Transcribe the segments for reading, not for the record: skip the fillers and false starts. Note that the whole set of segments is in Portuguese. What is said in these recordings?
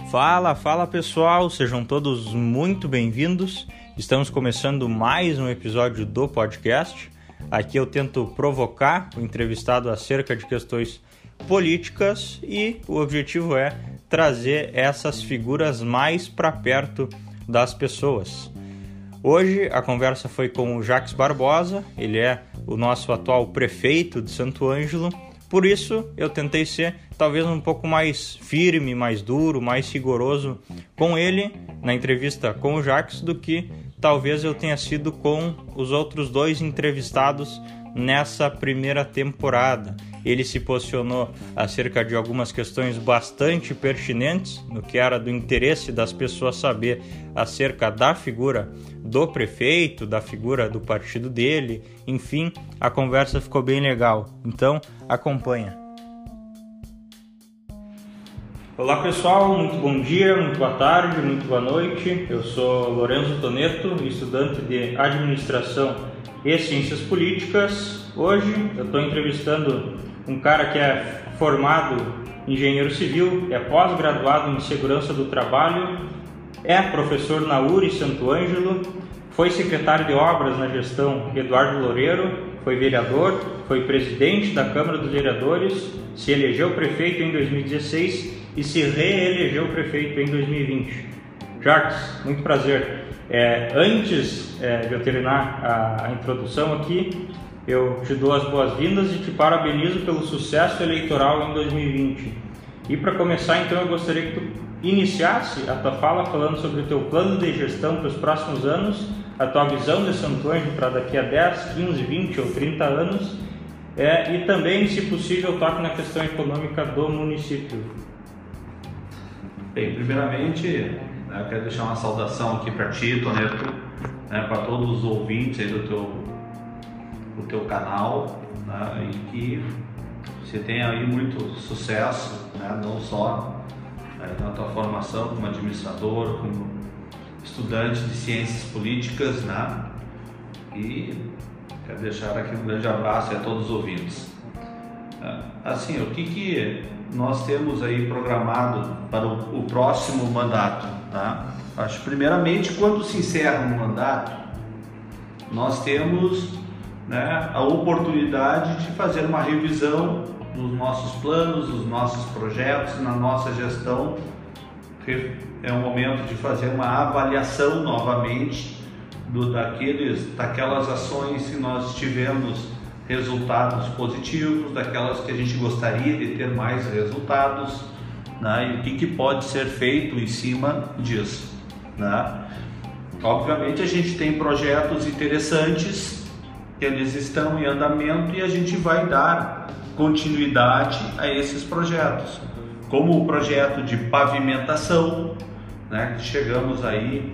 Fala pessoal, sejam todos muito bem-vindos. Estamos começando mais um episódio do podcast. Aqui eu tento provocar o entrevistado acerca de questões políticas e o objetivo é trazer essas figuras mais para perto das pessoas. Hoje a conversa foi com o Jacques Barbosa, ele é o nosso atual prefeito de Santo Ângelo. Por isso, eu tentei ser talvez um pouco mais firme, mais duro, mais rigoroso com ele na entrevista com o Jacques do que talvez eu tenha sido com os outros dois entrevistados nessa primeira temporada. Ele se posicionou acerca de algumas questões bastante pertinentes, no que era do interesse das pessoas saber acerca da figura do prefeito, da figura do partido dele, enfim, a conversa ficou bem legal. Então, acompanha. Olá pessoal, muito bom dia, muito boa tarde, muito boa noite. Eu sou Lorenzo Toneto, estudante de Administração e Ciências Políticas. Hoje eu estou entrevistando um cara que é formado em engenheiro civil, é pós-graduado em segurança do trabalho, é professor na URI Santo Ângelo, foi secretário de obras na gestão Eduardo Loureiro, foi vereador, foi presidente da Câmara dos Vereadores, se elegeu prefeito em 2016 e se reelegeu prefeito em 2020. Jacques, muito prazer. Antes de eu terminar a introdução aqui, eu te dou as boas-vindas e te parabenizo pelo sucesso eleitoral em 2020. E para começar, então, eu gostaria que tu iniciasse a tua fala falando sobre o teu plano de gestão para os próximos anos, a tua visão de Santo Ângelo para daqui a 10, 15, 20 ou 30 anos, e também, se possível, toque na questão econômica do município. Bem, primeiramente, eu quero deixar uma saudação aqui para ti, Toneto, para todos os ouvintes aí do teu canal, e que você tenha aí muito sucesso, não só na tua formação como administrador, como estudante de ciências políticas, e quero deixar aqui um grande abraço a todos os ouvintes. Assim, o que nós temos aí programado para o próximo mandato? Acho, primeiramente, quando se encerra um mandato, nós temos a oportunidade de fazer uma revisão dos nossos planos, dos nossos projetos, na nossa gestão. É um momento de fazer uma avaliação novamente daquelas ações que nós tivemos resultados positivos, daquelas que a gente gostaria de ter mais resultados, e o que pode ser feito em cima disso. Obviamente a gente tem projetos interessantes, eles estão em andamento e a gente vai dar continuidade a esses projetos, como o projeto de pavimentação, que chegamos aí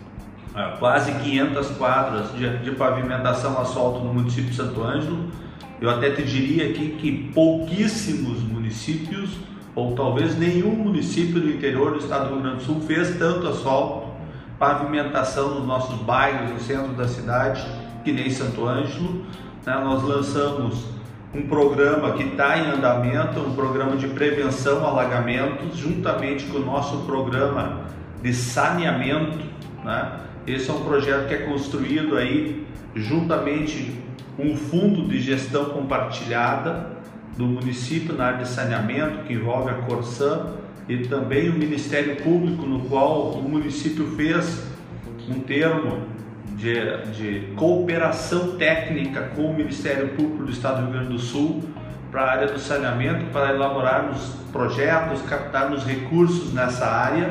a quase 500 quadras de pavimentação asfalto no município de Santo Ângelo. Eu até te diria aqui que pouquíssimos municípios, ou talvez nenhum município do interior do estado do Rio Grande do Sul fez tanto asfalto, pavimentação nos nossos bairros, no centro da cidade, que nem Santo Ângelo. Nós lançamos um programa que está em andamento, um programa de prevenção a alagamentos, juntamente com o nosso programa de saneamento. Esse é um projeto que é construído aí juntamente com um fundo de gestão compartilhada do município na área de saneamento, que envolve a Corsan e também o Ministério Público, no qual o município fez um termo de cooperação técnica com o Ministério Público do Estado do Rio Grande do Sul para a área do saneamento, para elaborarmos projetos, captarmos recursos nessa área,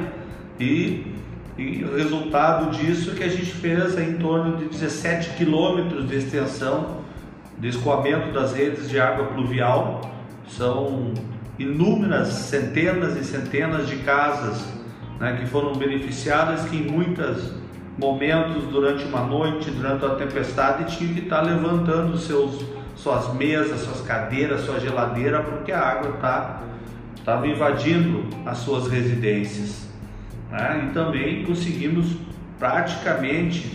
e o resultado disso é que a gente fez em torno de 17 quilômetros de extensão de escoamento das redes de água pluvial. São inúmeras, centenas e centenas de casas que foram beneficiadas, que em muitos momentos durante uma noite, durante a tempestade, tinham que estar levantando suas mesas, suas cadeiras, sua geladeira, porque a água estava invadindo as suas residências. E também conseguimos praticamente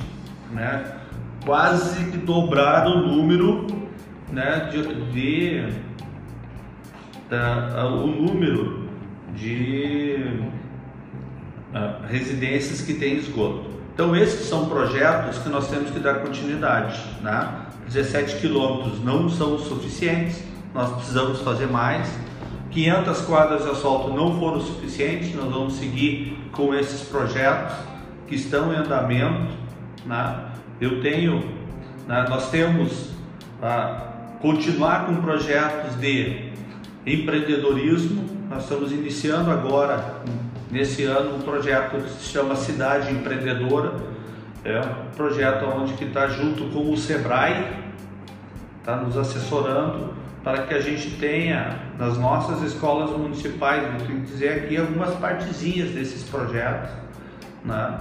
quase que dobrar o número residências que têm esgoto. Então esses são projetos que nós temos que dar continuidade, né? 17 quilômetros não são suficientes, nós precisamos fazer mais. 500 quadras de asfalto não foram suficientes, nós vamos seguir com esses projetos que estão em andamento, né? Nós temos continuar com projetos de empreendedorismo. Nós estamos iniciando agora, nesse ano, um projeto que se chama Cidade Empreendedora. É um projeto onde que está junto com o Sebrae, está nos assessorando para que a gente tenha nas nossas escolas municipais, vou dizer aqui algumas partezinhas desses projetos, né?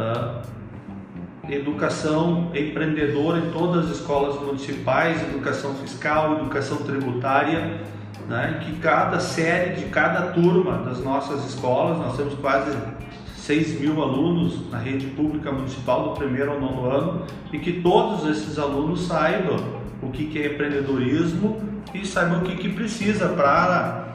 Educação empreendedora em todas as escolas municipais, educação fiscal, educação tributária, né? Que cada série de cada turma das nossas escolas, nós temos quase 6 mil alunos na rede pública municipal do primeiro ao 9º ano, e que todos esses alunos saibam o que é empreendedorismo e saibam o que precisa para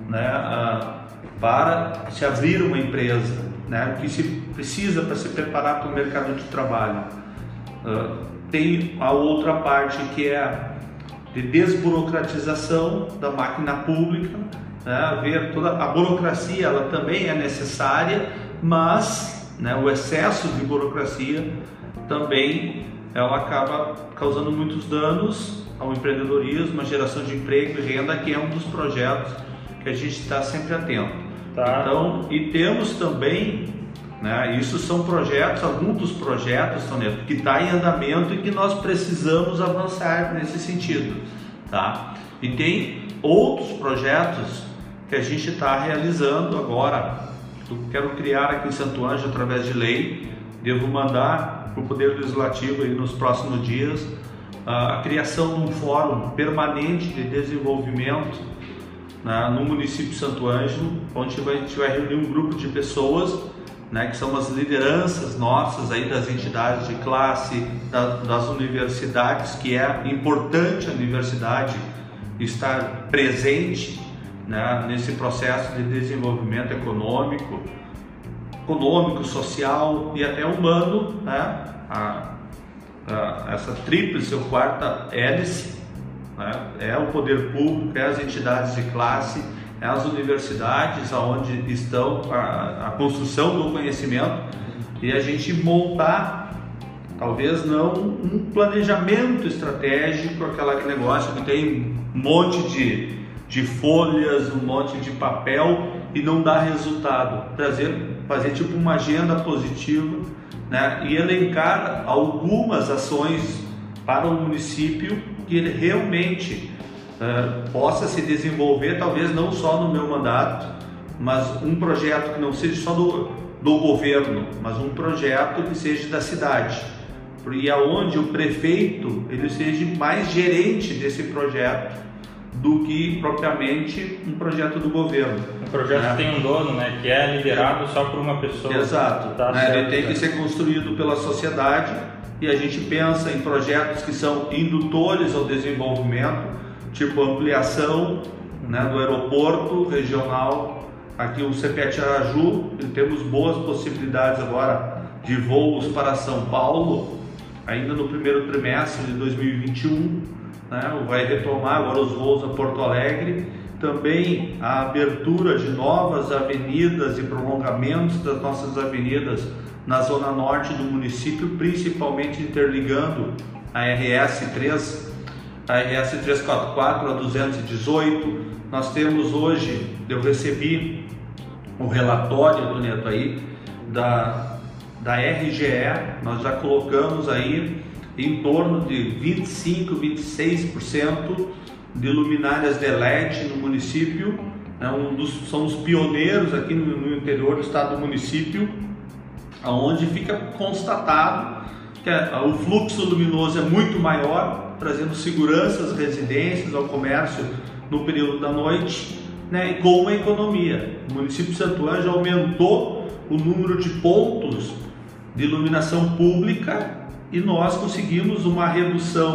se abrir uma empresa, né? O que se precisa para se preparar para o mercado de trabalho. Tem a outra parte que é de desburocratização da máquina pública, né? Ver toda a burocracia, ela também é necessária, mas, né, o excesso de burocracia também ela acaba causando muitos danos ao empreendedorismo, a geração de emprego e renda, que é um dos projetos que a gente está sempre atento. Tá. Então, e temos também, né, isso são projetos, alguns dos projetos, Toneto, que está em andamento e que nós precisamos avançar nesse sentido, tá? E tem outros projetos que a gente está realizando agora. Eu quero criar aqui em Santo Ângelo através de lei, devo mandar para o Poder Legislativo aí nos próximos dias a criação de um fórum permanente de desenvolvimento, né, no município de Santo Ângelo, onde a gente vai reunir um grupo de pessoas, né, que são as lideranças nossas aí das entidades de classe, das universidades, que é importante a universidade estar presente, né, nesse processo de desenvolvimento econômico, social e até humano, né? Essa tríplice ou quarta hélice, né? É o poder público, é as entidades de classe, é as universidades, onde estão a construção do conhecimento, e a gente montar, talvez não um planejamento estratégico, aquele negócio que tem um monte de folhas, um monte de papel e não dá resultado. Fazer tipo uma agenda positiva, né, e elencar algumas ações para o município que ele realmente possa se desenvolver, talvez não só no meu mandato, mas um projeto que não seja só do governo, mas um projeto que seja da cidade, e aonde o prefeito ele seja mais gerente desse projeto do que propriamente um projeto do governo. Um projeto que tem um dono, né, que é liderado só por uma pessoa. Exato. Tá, né? Ele tem que ser construído pela sociedade, e a gente pensa em projetos que são indutores ao desenvolvimento, tipo ampliação, né, do aeroporto regional, aqui o CPET Araju, e temos boas possibilidades agora de voos para São Paulo, ainda no primeiro trimestre de 2021, né, vai retomar agora os voos a Porto Alegre, também a abertura de novas avenidas e prolongamentos das nossas avenidas na zona norte do município, principalmente interligando a RS 344 a 218. Nós temos hoje, eu recebi o relatório do Neto aí da RGE, nós já colocamos aí em torno de 25, 26% de luminárias de LED no município, né? São os pioneiros aqui no interior do estado do município, onde fica constatado que o fluxo luminoso é muito maior, trazendo segurança às residências, ao comércio no período da noite, né? E com a economia. O município de Santo Ângelo aumentou o número de pontos de iluminação pública, e nós conseguimos uma redução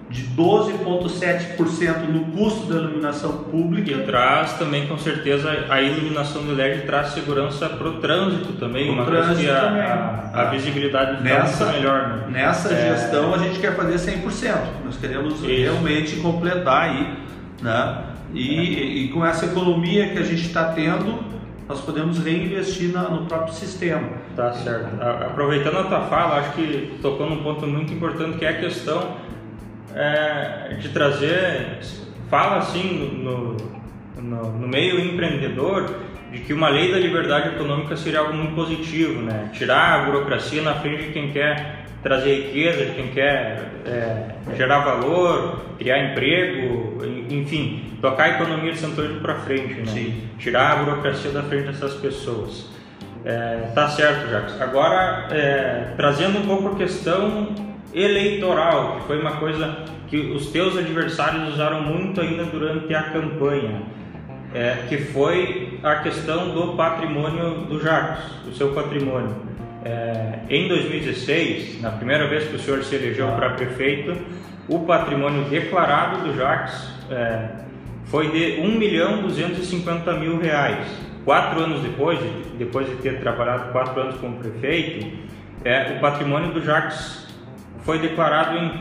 de 12,7% no custo da iluminação pública. E traz também, com certeza, a iluminação do LED traz segurança para o trânsito também, uma vez que a visibilidade fica melhor. Né? Nessa gestão a gente quer fazer 100%, nós queremos realmente completar aí, né? E com essa economia que a gente está tendo, nós podemos reinvestir no próprio sistema. Tá certo. Aproveitando a tua fala, acho que tocou num ponto muito importante, que é a questão de trazer, fala assim no meio empreendedor, de que uma lei da liberdade econômica seria algo muito positivo, né? Tirar a burocracia na frente de quem quer trazer riqueza, de quem quer gerar valor, criar emprego, enfim, tocar a economia de Santo Ângelo para frente, né? Sim. Tirar a burocracia da frente dessas pessoas. Tá certo, Jacques. Agora, trazendo um pouco a questão eleitoral, que foi uma coisa que os teus adversários usaram muito ainda durante a campanha, que foi a questão do patrimônio do Jacques, o seu patrimônio. Em 2016, na primeira vez que o senhor se elegeu para prefeito, o patrimônio declarado do Jacques foi de R$1.250.000. 4 anos depois de ter trabalhado 4 anos como prefeito, o patrimônio do Jacques foi declarado em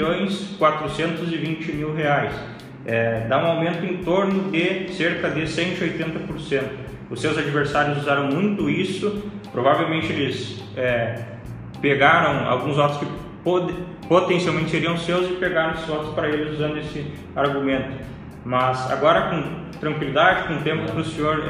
R$3.420.000. Dá um aumento em torno de cerca de 180%. Os seus adversários usaram muito isso, provavelmente eles pegaram alguns votos que potencialmente seriam seus e pegaram esses votos para eles usando esse argumento. Mas agora, com tranquilidade, com tempo para o senhor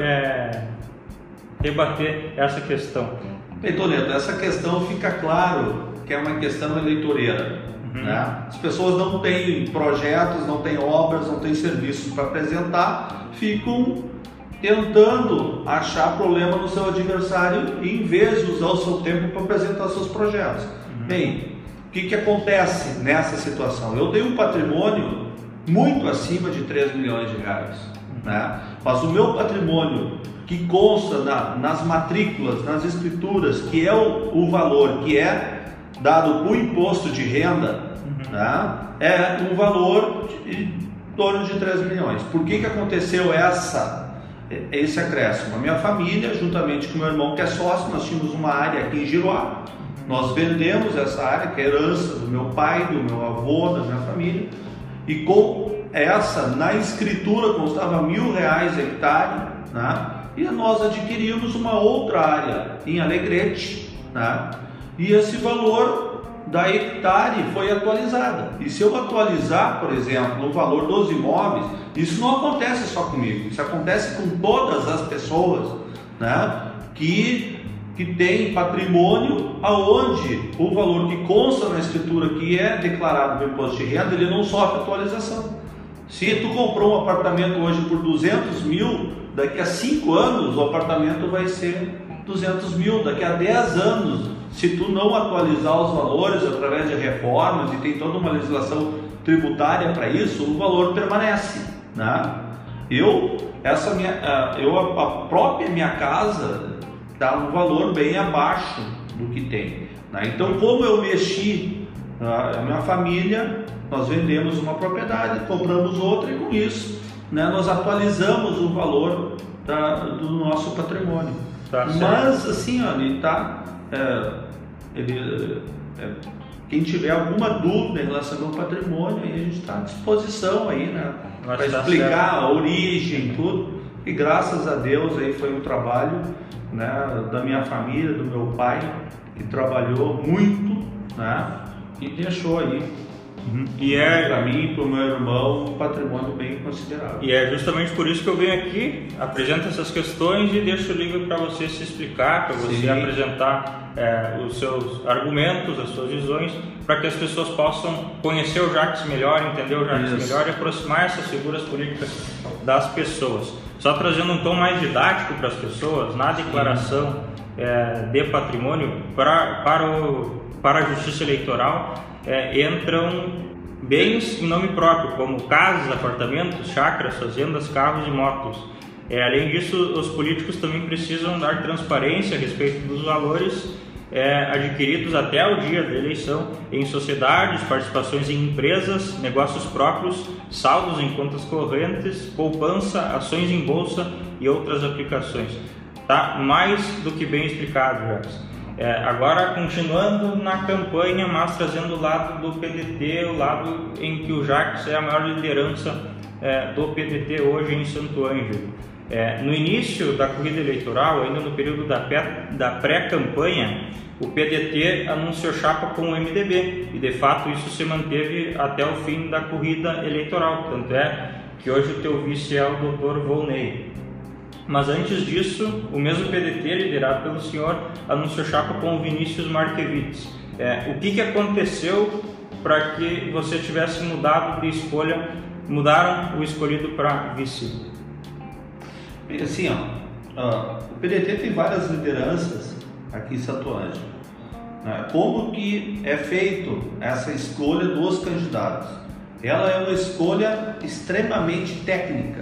debater essa questão. Bem, Toneto, essa questão fica claro que é uma questão eleitoreira. Né? As pessoas não têm projetos, não têm obras, não têm serviços para apresentar, ficam tentando achar problema no seu adversário em vez de usar o seu tempo para apresentar seus projetos. Bem, o que acontece nessa situação? Eu tenho um patrimônio muito acima de R$3 milhões, né? Mas o meu patrimônio que consta nas matrículas, nas escrituras, que é o valor que é dado por imposto de renda, né? É um valor de torno de 3 milhões. Por que aconteceu esse acréscimo? A minha família, juntamente com meu irmão que é sócio, nós tínhamos uma área aqui em Giruá, nós vendemos essa área, que é herança do meu pai, do meu avô, da minha família, e com essa, na escritura constava R$1.000 hectare, né? E nós adquirimos uma outra área em Alegrete, né? E esse valor da hectare foi atualizada. E se eu atualizar, por exemplo, o valor dos imóveis, isso não acontece só comigo, isso acontece com todas as pessoas, né? Que tem patrimônio aonde o valor que consta na escritura, que é declarado no imposto de renda, ele não sofre atualização. Se tu comprou um apartamento hoje por 200 mil, daqui a 5 anos o apartamento vai ser 200 mil, daqui a 10 anos, se tu não atualizar os valores através de reformas, e tem toda uma legislação tributária para isso, o valor permanece, né? A própria minha casa dá um valor bem abaixo do que tem, né? Então, como eu mexi a minha família, nós vendemos uma propriedade, compramos outra, e com isso, né, nós atualizamos o valor do nosso patrimônio. Mas assim, ó, quem tiver alguma dúvida em relação ao patrimônio, aí a gente está à disposição aí, né, para explicar a origem, tudo. E graças a Deus aí foi um trabalho, né, da minha família, do meu pai, que trabalhou muito, né, e deixou aí para mim e para o meu irmão um patrimônio bem considerável. E é justamente por isso que eu venho aqui, apresento essas questões e deixo livre para você se explicar, para você apresentar os seus argumentos, as suas visões, para que as pessoas possam conhecer o Jacques melhor, entender o Jacques melhor e aproximar essas figuras políticas das pessoas. Só trazendo um tom mais didático para as pessoas, na declaração de patrimônio para a Justiça Eleitoral entram bens em nome próprio, como casas, apartamentos, chácaras, fazendas, carros e motos. Além disso, os políticos também precisam dar transparência a respeito dos valores adquiridos até o dia da eleição em sociedades, participações em empresas, negócios próprios, saldos em contas correntes, poupança, ações em bolsa e outras aplicações. Tá mais do que bem explicado, Jacques. Agora, continuando na campanha, mas trazendo o lado do PDT, o lado em que o Jacques é a maior liderança do PDT hoje em Santo Ângelo. No início da corrida eleitoral, ainda no período da pré-campanha, o PDT anunciou chapa com o MDB e de fato isso se manteve até o fim da corrida eleitoral, tanto é que hoje o teu vice é o Dr. Volney. Mas antes disso, o mesmo PDT, liderado pelo senhor, anunciou chapa com o Vinícius Marquevitz. O que aconteceu para que você tivesse mudado de escolha, mudaram o escolhido para vice? Assim, o PDT tem várias lideranças aqui em Santo Ângelo. Como que é feito essa escolha dos candidatos? Ela é uma escolha extremamente técnica.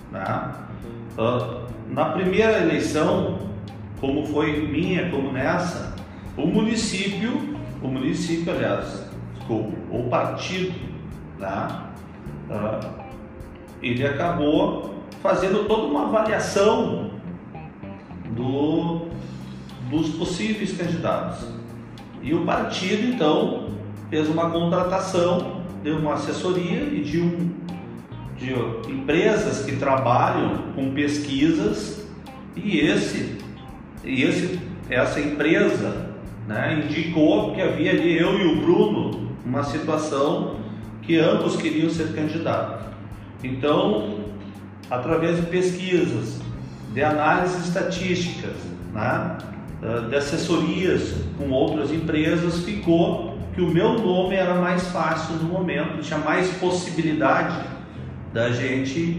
Na primeira eleição, como foi minha, como nessa, o município, aliás, desculpa, o partido, ele acabou fazendo toda uma avaliação dos possíveis candidatos. E o partido, então, fez uma contratação, deu uma assessoria e de empresas que trabalham com pesquisas e essa empresa indicou que havia ali eu e o Bruno uma situação que ambos queriam ser candidatos. Então, através de pesquisas, de análises estatísticas, de assessorias com outras empresas, ficou que o meu nome era mais fácil no momento, tinha mais possibilidade da gente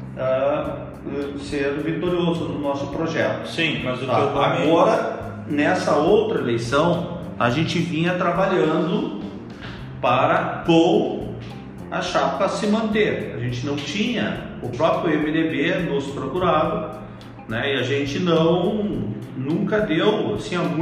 ser vitorioso no nosso projeto. Sim, mas o teu nome... Agora, nessa outra eleição, a gente vinha trabalhando com a chapa se manter. A gente não tinha, o próprio MDB nos procurava, e a gente nunca deu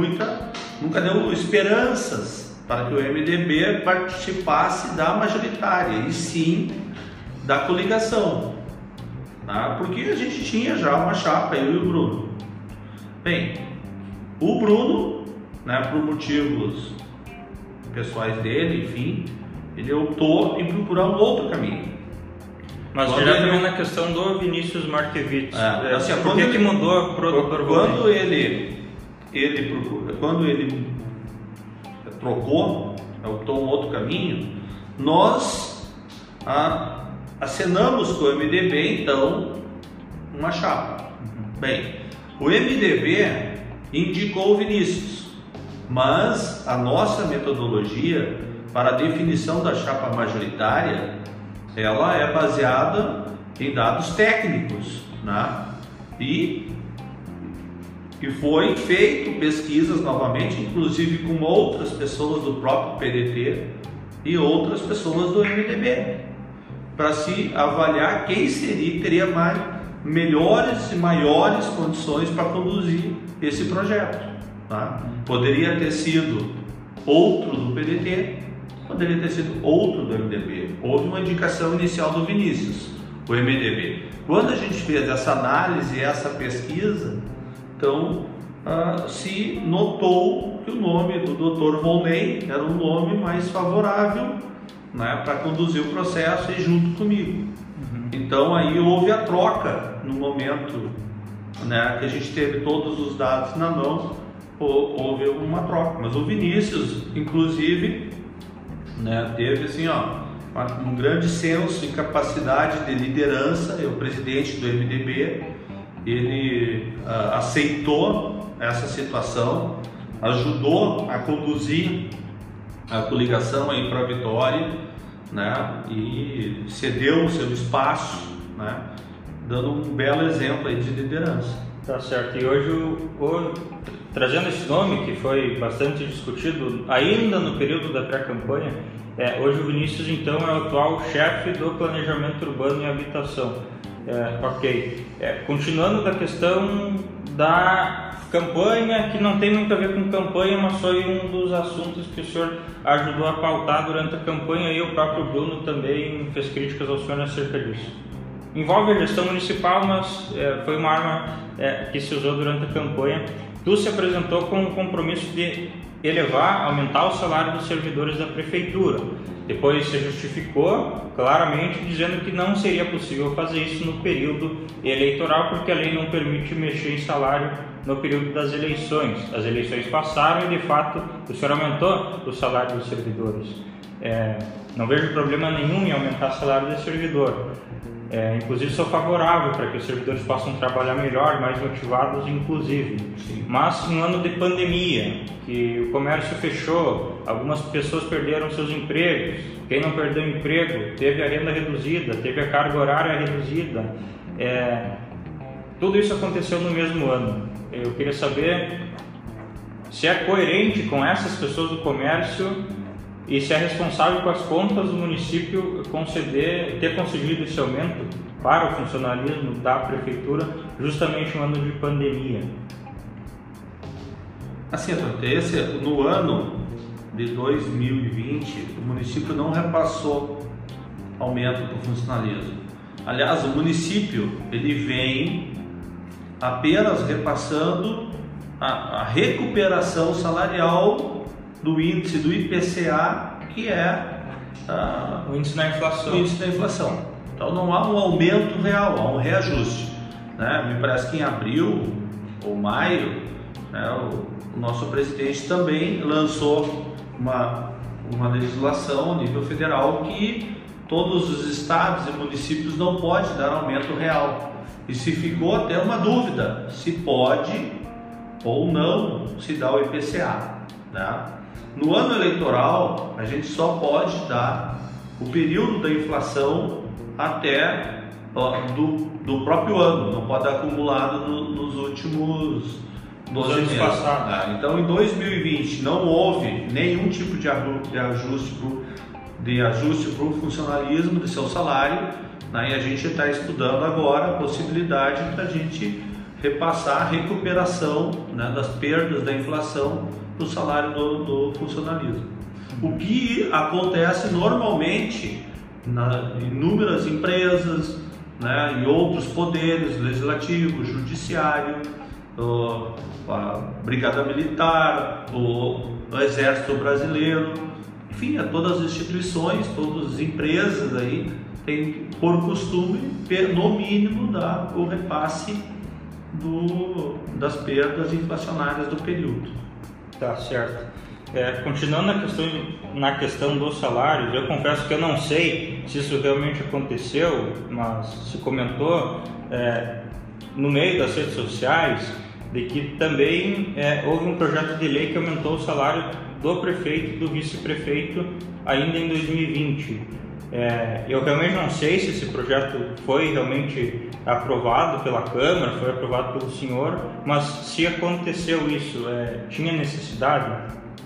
esperanças para que o MDB participasse da majoritária, e sim da coligação, porque a gente tinha já uma chapa, eu e o Bruno. Bem, o Bruno, por motivos pessoais dele, enfim, ele optou em procurar um outro caminho. Mas diretamente na questão do Vinícius Marquevitz, por que mudou para o Dr. Volney? Quando ele trocou, optou um outro caminho, nós acenamos com o MDB, então, uma chapa. Bem, o MDB indicou o Vinícius, mas a nossa metodologia para a definição da chapa majoritária, ela é baseada em dados técnicos, e foi feito pesquisas novamente, inclusive com outras pessoas do próprio PDT e outras pessoas do MDB, para se avaliar quem teria melhores e maiores condições para conduzir esse projeto. Poderia ter sido outro do PDT, poderia ter sido outro do MDB. Houve uma indicação inicial do Vinícius, o MDB. Quando a gente fez essa análise, essa pesquisa, então se notou que o nome do Dr. Volney era um nome mais favorável para conduzir o processo e junto comigo. Então aí houve a troca no momento que a gente teve todos os dados na mão, houve uma troca. Mas o Vinícius, inclusive, teve assim, um grande senso e capacidade de liderança. É o presidente do MDB, ele aceitou essa situação, ajudou a conduzir a coligação aí para a vitória, e cedeu o seu espaço, dando um belo exemplo aí de liderança. Tá certo. E hoje, trazendo esse nome que foi bastante discutido ainda no período da pré-campanha, hoje o Vinícius então é o atual chefe do planejamento urbano e habitação. Ok. Continuando da questão da campanha, que não tem muito a ver com campanha, mas foi um dos assuntos que o senhor ajudou a pautar durante a campanha, e o próprio Bruno também fez críticas ao senhor acerca disso. Envolve a gestão municipal, mas foi uma arma que se usou durante a campanha. Tu se apresentou com o compromisso de aumentar o salário dos servidores da prefeitura. Depois se justificou claramente dizendo que não seria possível fazer isso no período eleitoral, porque a lei não permite mexer em salário no período das eleições. As eleições passaram e, de fato, o senhor aumentou o salário dos servidores. Não vejo problema nenhum em aumentar o salário do servidor. Inclusive sou favorável para que os servidores possam trabalhar melhor, mais motivados inclusive. Sim. Mas em um ano de pandemia, que o comércio fechou, algumas pessoas perderam seus empregos, quem não perdeu emprego teve a renda reduzida, teve a carga horária reduzida, tudo isso aconteceu no mesmo ano. Eu queria saber se é coerente com essas pessoas do comércio e se é responsável com as contas do município ter concedido esse aumento para o funcionalismo da prefeitura justamente no ano de pandemia. Assim, no ano de 2020, o município não repassou aumento para o funcionalismo. Aliás, o município ele vem apenas repassando a recuperação salarial do índice do IPCA, que é o índice da inflação. Então não há um aumento real, há um reajuste, né? Me parece que em abril ou maio, né, o nosso presidente também lançou uma legislação a nível federal que todos os estados e municípios não podem dar aumento real. E se ficou até uma dúvida se pode ou não se dá o IPCA, né? No ano eleitoral, a gente só pode dar o período da inflação até do próprio ano, não pode dar acumulado nos últimos 12 meses. Então, em 2020 não houve nenhum tipo de ajuste para o funcionalismo de seu salário, né? E a gente está estudando agora a possibilidade para a gente repassar a recuperação, né, das perdas da inflação do salário do funcionalismo. O que acontece normalmente em inúmeras empresas, né, e outros poderes, legislativo, judiciário, a Brigada Militar, o Exército Brasileiro, enfim, todas as instituições, todas as empresas aí têm por costume, no mínimo, dar o repasse das perdas inflacionárias do período. Tá certo. Continuando na questão dos salários, eu confesso que eu não sei se isso realmente aconteceu, mas se comentou no meio das redes sociais de que também houve um projeto de lei que aumentou o salário do prefeito e do vice-prefeito ainda em 2020. Eu realmente não sei se esse projeto foi realmente aprovado pela Câmara, foi aprovado pelo senhor, mas se aconteceu isso, tinha necessidade?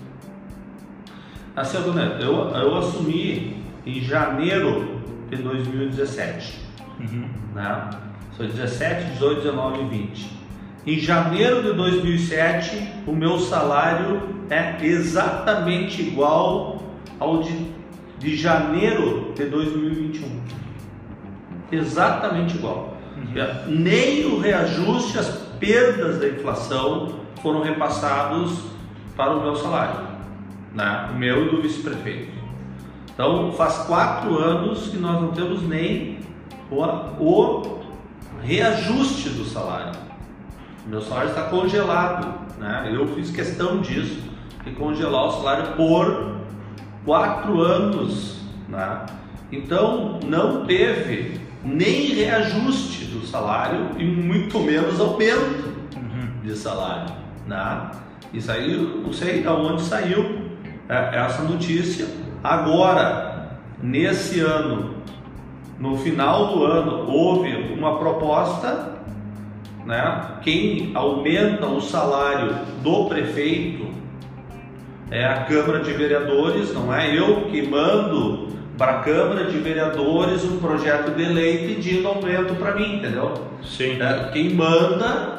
Assim, eu assumi em janeiro de 2017, né? Foi 17, 18, 19 e 20. Em janeiro de 2007, o meu salário é exatamente igual ao de janeiro de 2021. Exatamente igual. Nem o reajuste, as perdas da inflação foram repassados para o meu salário, né? O meu e do vice-prefeito. Então faz 4 anos que nós não temos nem o reajuste do salário. O meu salário está congelado, né? Eu fiz questão disso, de congelar o salário por 4 anos, né? Então não teve nem reajuste do salário e muito menos aumento de salário, né? Isso aí eu não sei de onde saiu essa notícia. Agora, nesse ano, no final do ano, houve uma proposta, né? Quem aumenta o salário do prefeito é a Câmara de Vereadores, não é eu que mando para a Câmara de Vereadores um projeto de lei pedindo aumento para mim, entendeu? Sim. Quem manda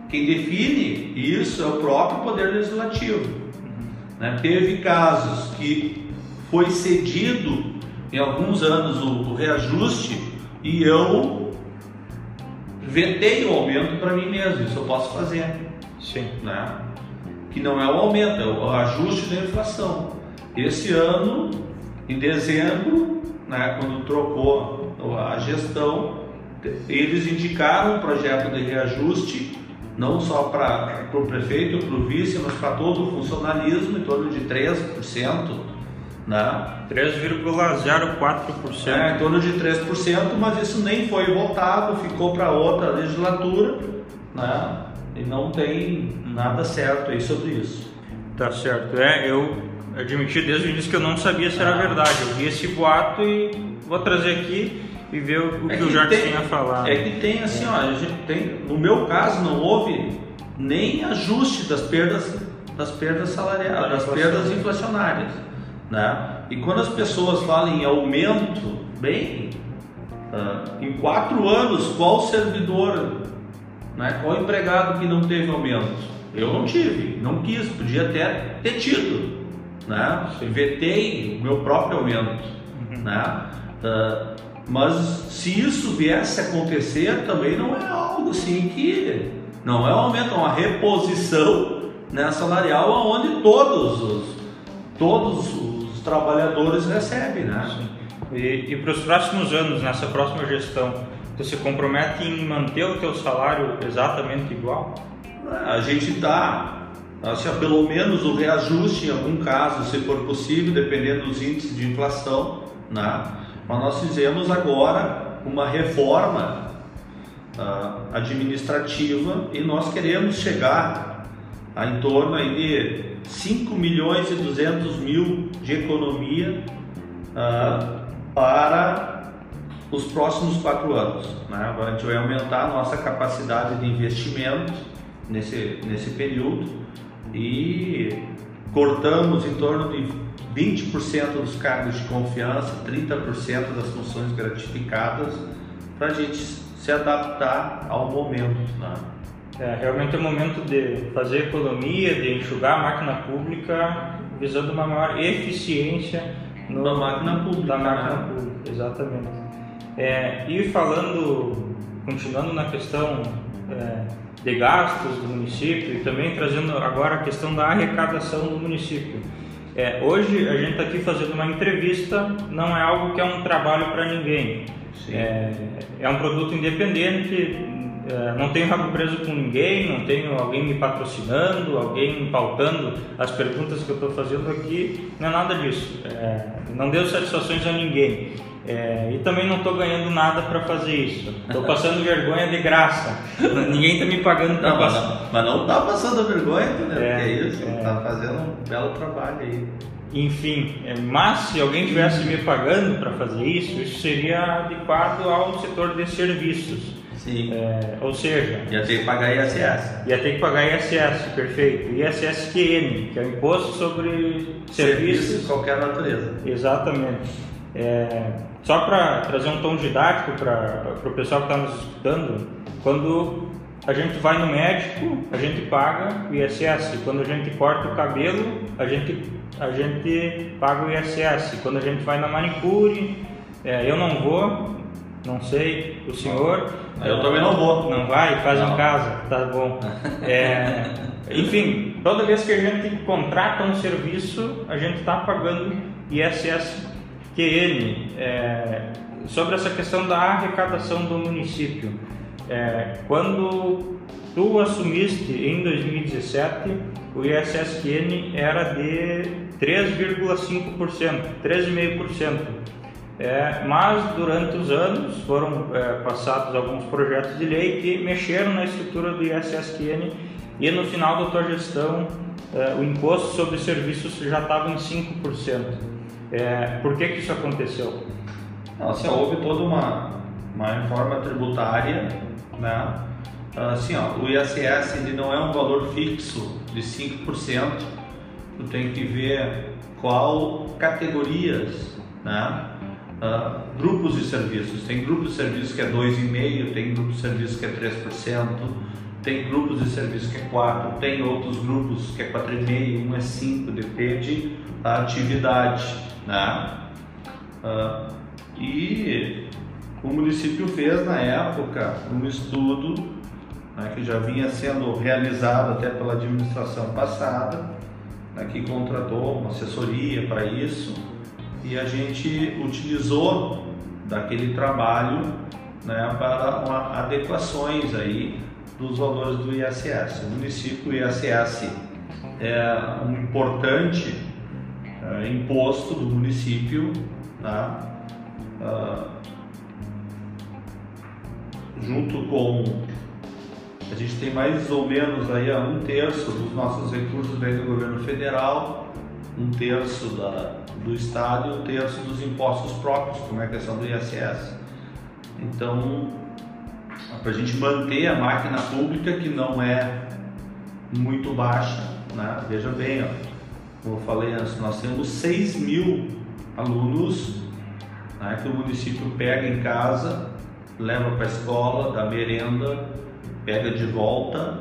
Quem define isso é o próprio Poder Legislativo. Né? Teve casos que foi cedido em alguns anos o reajuste e eu vetei o aumento para mim mesmo. Isso eu posso fazer. Sim. Né? Que não é o aumento, é o ajuste da inflação. Esse ano, em dezembro, né, quando trocou a gestão, eles indicaram um projeto de reajuste, não só para o prefeito, para o vice, mas para todo o funcionalismo, em torno de 3%. Né? 3,04%. Em torno de 3%, mas isso nem foi votado, ficou para outra legislatura, né? E não tem nada certo aí sobre isso. Tá certo. Eu admiti desde o início que eu não sabia se era verdade. Eu vi esse boato e vou trazer aqui e ver o que o Jacques tinha falado. É que tem assim, ó, a gente tem, no meu caso não houve nem ajuste das perdas salariais, das perdas inflacionárias, né? E quando as pessoas falam em aumento, bem, em 4 anos, qual servidor, né, qual empregado que não teve aumento? Eu não tive, não quis, podia até ter tido, né? Vetei o meu próprio aumento, né? Mas se isso viesse a acontecer, também não é algo assim que não é um aumento, é uma reposição, né, salarial, onde todos os trabalhadores recebem, né? Sim. E para os próximos anos, nessa próxima gestão, tu se compromete em manter o teu salário exatamente igual? A gente está, assim, pelo menos o reajuste em algum caso, se for possível, dependendo dos índices de inflação, né? Mas nós fizemos agora uma reforma administrativa e nós queremos chegar a em torno aí de 5.200.000 de economia para os próximos 4 anos, né? A gente vai aumentar a nossa capacidade de investimento nesse período e cortamos em torno de 20% dos cargos de confiança, 30% das funções gratificadas, para a gente se adaptar ao momento, né? Realmente é o momento de fazer economia, de enxugar a máquina pública, visando uma maior eficiência da máquina pública. Exatamente. E continuando na questão de gastos do município e também trazendo agora a questão da arrecadação do município. Hoje a gente está aqui fazendo uma entrevista, não é algo que é um trabalho para ninguém. É um produto independente, não tenho rabo preso com ninguém, não tenho alguém me patrocinando, alguém pautando as perguntas que eu estou fazendo aqui, não é nada disso. Não deu satisfações a ninguém. E também não estou ganhando nada para fazer isso. Estou passando vergonha de graça. Ninguém está me pagando para passar. Mas não está passando vergonha, né? Porque é isso, está fazendo um belo trabalho aí. Enfim, mas se alguém estivesse me pagando para fazer isso seria adequado ao setor de serviços. Sim. Ou seja, ia ter que pagar ISS. Ia ter que pagar ISS, perfeito. ISSQN, que é o Imposto sobre Serviços de qualquer natureza. Exatamente. Só para trazer um tom didático para o pessoal que está nos escutando, quando a gente vai no médico, a gente paga o ISS. Quando a gente corta o cabelo, a gente paga o ISS. Quando a gente vai na manicure, eu não vou, não sei, o senhor... Eu também não vou. Não vai? Faz em casa, tá bom. Enfim, toda vez que a gente contrata um serviço, a gente está pagando ISSQN. Sobre essa questão da arrecadação do município. Quando tu assumiste em 2017, o ISSQN era de 3,5%, 13,5%. Mas durante os anos foram passados alguns projetos de lei que mexeram na estrutura do ISSQN e no final da tua gestão o imposto sobre serviços já estava em 5%. Por que isso aconteceu? Nossa, houve toda uma reforma tributária, né? Assim, o ISS ele não é um valor fixo de 5%, tu tem que ver qual categorias, né? Grupos de serviços, tem grupo de serviços que é 2,5%, tem grupo de serviços que é 3%, tem grupos de serviço que é 4, tem outros grupos que é 4,5, um é 5, depende da atividade, né? E o município fez na época um estudo, né, que já vinha sendo realizado até pela administração passada, né, que contratou uma assessoria para isso, e a gente utilizou daquele trabalho, né, para adequações aí dos valores do ISS. O município, o ISS é um importante imposto do município, né, junto com, a gente tem mais ou menos aí 1/3 dos nossos recursos vem do governo federal, 1/3 do estado e 1/3 dos impostos próprios, como é a questão do ISS. Então, para a gente manter a máquina pública, que não é muito baixa, né? Veja bem, ó, como eu falei antes, nós temos 6.000 alunos, né, que o município pega em casa, leva para a escola, dá merenda, pega de volta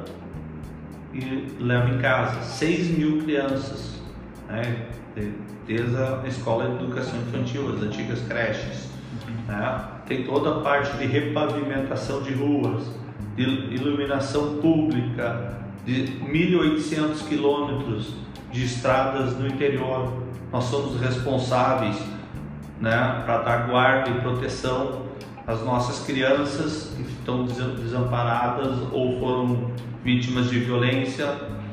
e leva em casa. 6.000 crianças, né, desde a escola de educação infantil, as antigas creches, né? Tem toda a parte de repavimentação de ruas, de iluminação pública, de 1.800 quilômetros de estradas no interior. Nós somos responsáveis, né, para dar guarda e proteção às nossas crianças que estão desamparadas ou foram vítimas de violência,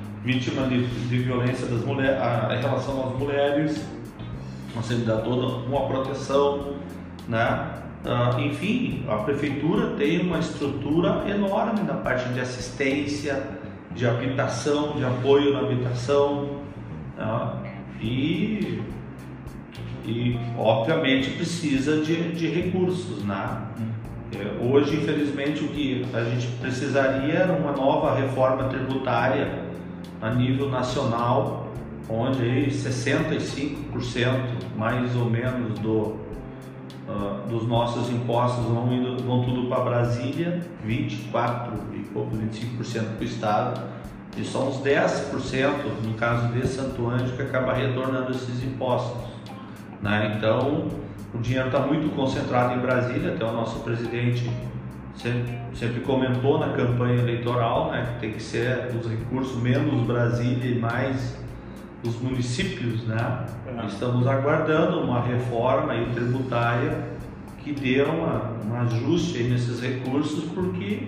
de violência das mulheres, em relação às mulheres. Nós temos que dar toda uma proteção, né? Enfim, a prefeitura tem uma estrutura enorme na parte de assistência, de habitação, de apoio na habitação, né? E obviamente precisa de recursos, né? Hoje, infelizmente, o que a gente precisaria era uma nova reforma tributária a nível nacional, onde aí 65% mais ou menos dos nossos impostos vão tudo para Brasília, 24 e pouco, 25% para o estado, e só uns 10%, no caso de Santo Ângelo, que acaba retornando esses impostos, né? Então, o dinheiro está muito concentrado em Brasília. Até o nosso presidente sempre comentou na campanha eleitoral, né, que tem que ser os recursos menos Brasília e mais os municípios, né? Estamos aguardando uma reforma aí tributária que dê um ajuste aí nesses recursos, porque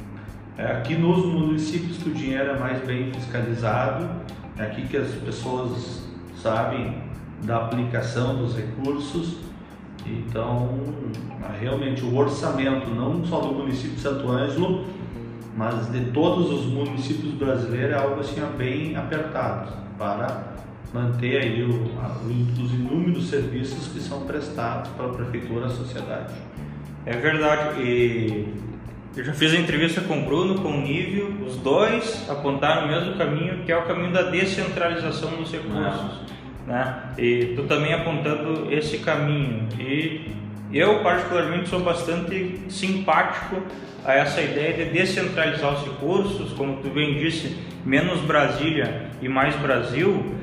é aqui nos municípios que o dinheiro é mais bem fiscalizado, é aqui que as pessoas sabem da aplicação dos recursos. Então, realmente o orçamento não só do município de Santo Ângelo, mas de todos os municípios brasileiros é algo assim bem apertado para manter aí os inúmeros serviços que são prestados pela prefeitura à sociedade. É verdade, e eu já fiz a entrevista com o Bruno, com o Nívio, os dois apontaram o mesmo caminho, que é o caminho da descentralização dos recursos, né? E tu também apontando esse caminho, e eu particularmente sou bastante simpático a essa ideia de descentralizar os recursos, como tu bem disse, menos Brasília e mais Brasil,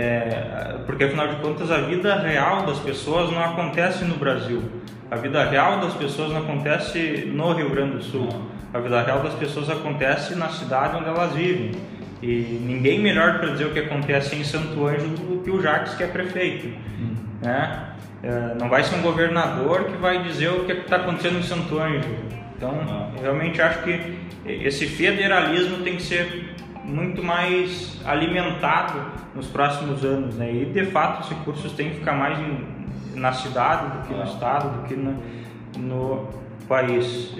porque afinal de contas a vida real das pessoas não acontece no Brasil, a vida real das pessoas não acontece no Rio Grande do Sul, a vida real das pessoas acontece na cidade onde elas vivem, e ninguém melhor para dizer o que acontece em Santo Ângelo do que o Jacques, que é prefeito, né? Não vai ser um governador que vai dizer o que está acontecendo em Santo Ângelo. Então, realmente acho que esse federalismo tem que ser muito mais alimentado nos próximos anos, né? E de fato os recursos têm que ficar mais na cidade do que no estado, do que no país.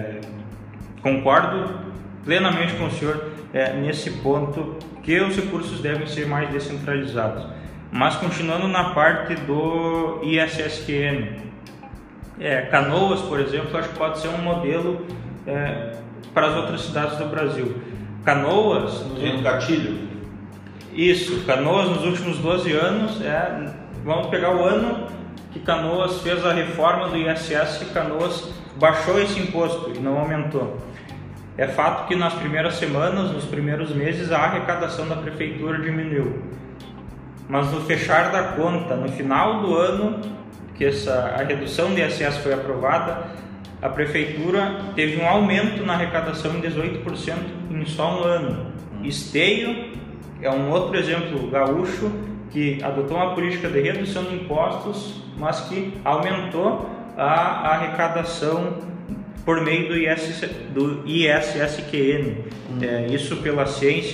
Concordo plenamente com o senhor nesse ponto, que os recursos devem ser mais descentralizados. Mas continuando na parte do ISSQN, Canoas, por exemplo, acho que pode ser um modelo para as outras cidades do Brasil. Canoas... Tem um gatilho? Isso, Canoas nos últimos 12 anos, vamos pegar o ano que Canoas fez a reforma do ISS, e Canoas baixou esse imposto e não aumentou. É fato que nas primeiras semanas, nos primeiros meses, a arrecadação da prefeitura diminuiu. Mas no fechar da conta, no final do ano, que a redução de ISS foi aprovada, a prefeitura teve um aumento na arrecadação em 18% em só um ano. Esteio é um outro exemplo gaúcho que adotou uma política de redução de impostos, mas que aumentou a arrecadação por meio do ISSQN. Isso pela ciência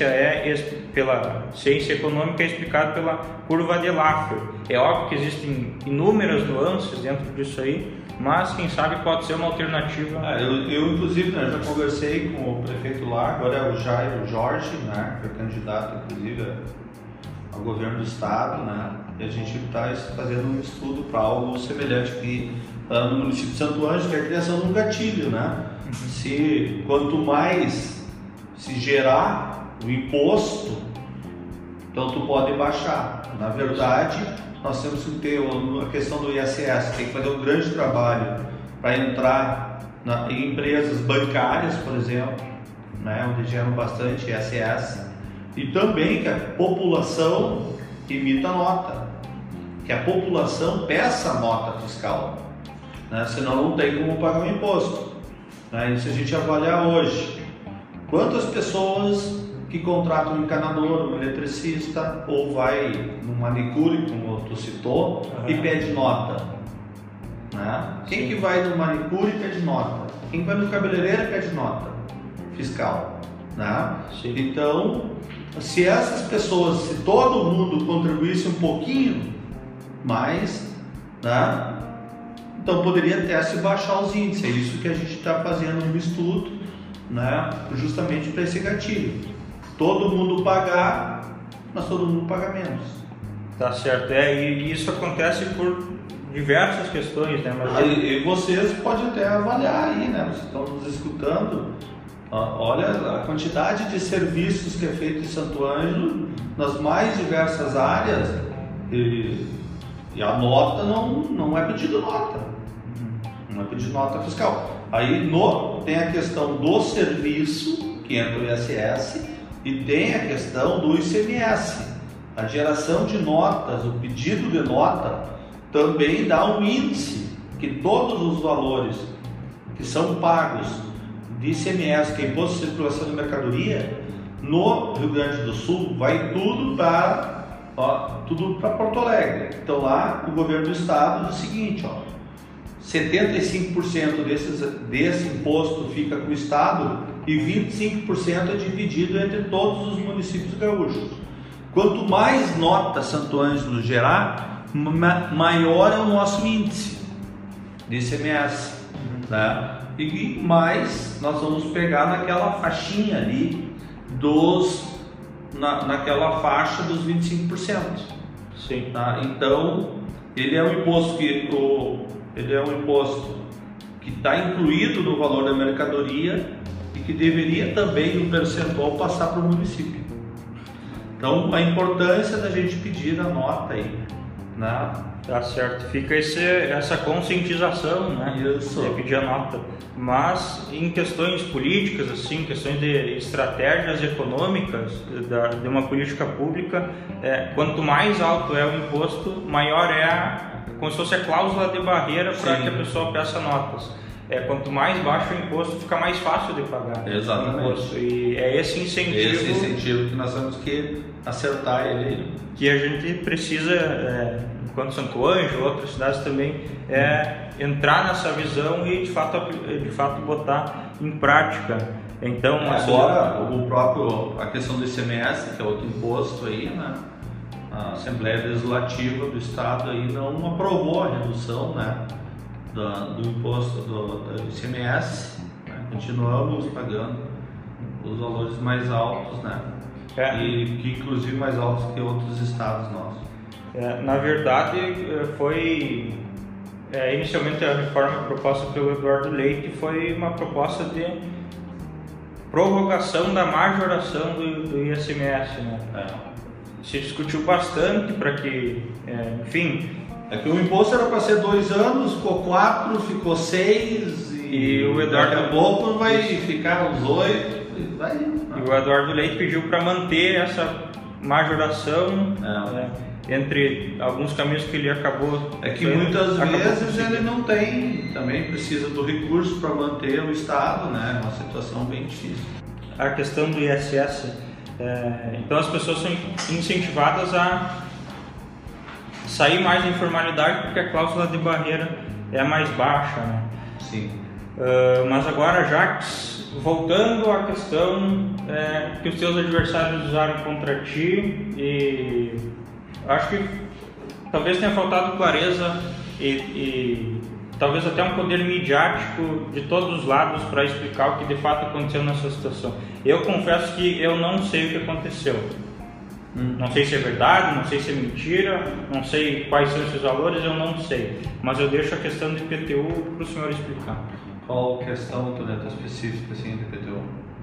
econômica é explicado pela curva de Laffer. É óbvio que existem inúmeras nuances dentro disso aí, mas quem sabe pode ser uma alternativa. Eu inclusive, né, já conversei com o prefeito lá, agora é o Jairo Jorge, né, que é candidato inclusive ao governo do estado, né, e a gente está fazendo um estudo para algo semelhante que no município de Santo Ângelo, que é a criação de um gatilho, né? Quanto mais se gerar o imposto, então tu pode baixar. Na verdade, nós temos que ter a questão do ISS, tem que fazer um grande trabalho para entrar em empresas bancárias, por exemplo, né, onde geram bastante ISS, e também que a população emita nota, que a população peça nota fiscal. Né? Senão não tem como pagar o imposto. Né? E se a gente avaliar hoje, quantas pessoas que contratam um encanador, um eletricista, ou vai num manicure, como tu citou, e pede nota? Né? Quem que vai no manicure e pede nota? Quem vai no cabeleireiro pede nota fiscal? Né? Então, se essas pessoas, se todo mundo contribuísse um pouquinho mais, né? Então poderia até se baixar os índices. É isso que a gente está fazendo no estudo, né? Justamente para esse gatilho. Todo mundo pagar, mas todo mundo paga menos. Tá certo. E isso acontece por diversas questões, né? Mas e vocês podem até avaliar aí, né? Vocês estão nos escutando. Olha a quantidade de serviços que é feito em Santo Ângelo, nas mais diversas áreas, e a nota não é pedido nota. Não é pedido nota fiscal. Aí tem a questão do serviço, que entra o ISS, e tem a questão do ICMS. A geração de notas, o pedido de nota, também dá um índice que todos os valores que são pagos de ICMS, que é Imposto de Circulação de Mercadoria, no Rio Grande do Sul, vai tudo para Porto Alegre. Então lá o governo do estado diz o seguinte, 75% desse imposto fica com o estado e 25% é dividido entre todos os municípios gaúchos. Quanto mais nota Santo Ângelo gerar, maior é o nosso índice de ICMS, né? E mais nós vamos pegar naquela faixinha ali naquela faixa dos 25%. Sim. Tá? Então, ele é um imposto que está incluído no valor da mercadoria e que deveria também no percentual passar para o município. Então, a importância da gente pedir a nota aí, né? Tá certo, fica essa conscientização, né? Isso. De pedir a nota. Mas em questões políticas, assim, questões de estratégias econômicas de uma política pública, quanto mais alto é o imposto, maior é como se fosse a cláusula de barreira para que a pessoa peça notas. Quanto mais baixo o imposto, fica mais fácil de pagar. Exatamente. O imposto. E é esse incentivo que nós temos que acertar ele. Que a gente precisa, enquanto Santo Ângelo, outras cidades também, entrar nessa visão e de fato botar em prática. Então, agora a questão do ICMS, que é outro imposto aí, né? A Assembleia Legislativa do Estado aí não aprovou a redução, né, do imposto do ICMS, né? Continuamos pagando os valores mais altos, né? E que inclusive mais altos que outros estados nossos. Na verdade, foi inicialmente a reforma proposta pelo Eduardo Leite foi uma proposta de prorrogação da majoração do ICMS, né? Se discutiu bastante para que, enfim... É que o imposto era para ser 2 anos, ficou 4, ficou 6 E o Eduardo, daqui a pouco vai ficar os 8. E o Eduardo Leite pediu para manter essa majoração entre alguns caminhos que ele acabou. É que muitas vezes ele não tem, também precisa do recurso para manter o Estado, né? É uma situação bem difícil. A questão do ISS, então as pessoas são incentivadas a sair mais da informalidade porque a cláusula de barreira é mais baixa, né? Sim. Mas agora, Jacques, voltando à questão que os teus adversários usaram contra ti, e acho que talvez tenha faltado clareza e talvez até um poder midiático de todos os lados para explicar o que de fato aconteceu nessa situação. Eu confesso que eu não sei o que aconteceu. Não sei se é verdade, não sei se é mentira, não sei quais são esses valores, eu não sei. Mas eu deixo a questão do IPTU para o senhor explicar. Qual questão, Toneto, específica assim, do IPTU?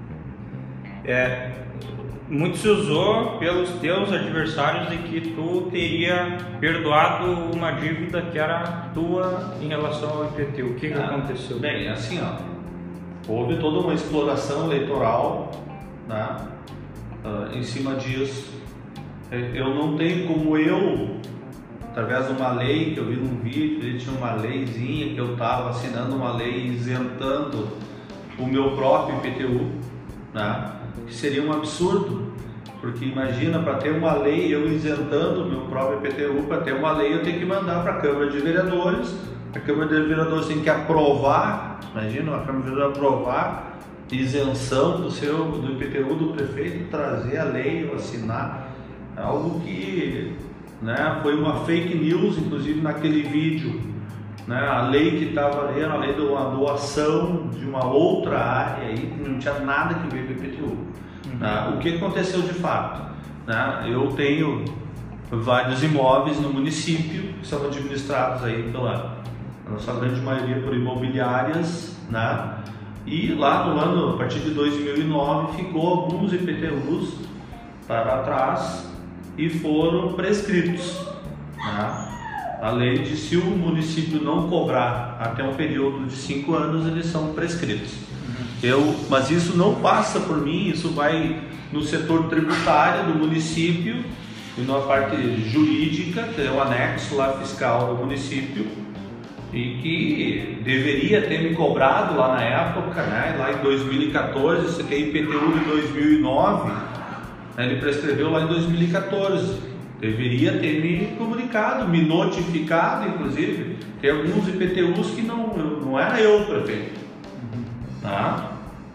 Muito se usou pelos teus adversários de que tu teria perdoado uma dívida que era tua em relação ao IPTU. O que aconteceu? Bem, assim, houve toda uma exploração eleitoral, né, em cima disso. Eu não tenho como através de uma lei que eu vi num vídeo, ele tinha uma leizinha que eu estava assinando uma lei isentando o meu próprio IPTU, né? Que seria um absurdo, porque imagina, para ter uma lei, eu isentando o meu próprio IPTU, para ter uma lei eu tenho que mandar para a Câmara de Vereadores, a Câmara de Vereadores tem que aprovar, imagina, a Câmara de Vereadores aprovar isenção do IPTU do prefeito, trazer a lei, eu assinar, algo que, né, foi uma fake news, inclusive naquele vídeo, né, a lei que estava ali era a lei de uma doação de uma outra área aí, que não tinha nada que ver com o IPTU. Né? O que aconteceu de fato? Né? Eu tenho vários imóveis no município que são administrados aí na sua grande maioria por imobiliárias, né? E lá no ano, a partir de 2009, ficou alguns IPTUs para trás e foram prescritos, né? A lei diz que se o município não cobrar até um período de 5 anos, eles são prescritos. Mas isso não passa por mim, isso vai no setor tributário do município e na parte jurídica, que é o anexo lá fiscal do município, e que deveria ter me cobrado lá na época, né? Lá em 2014, isso aqui é IPTU de 2009, né? Ele prescreveu lá em 2014. Deveria ter me comunicado, me notificado, inclusive. Tem alguns IPTUs que não era eu o prefeito. Tá?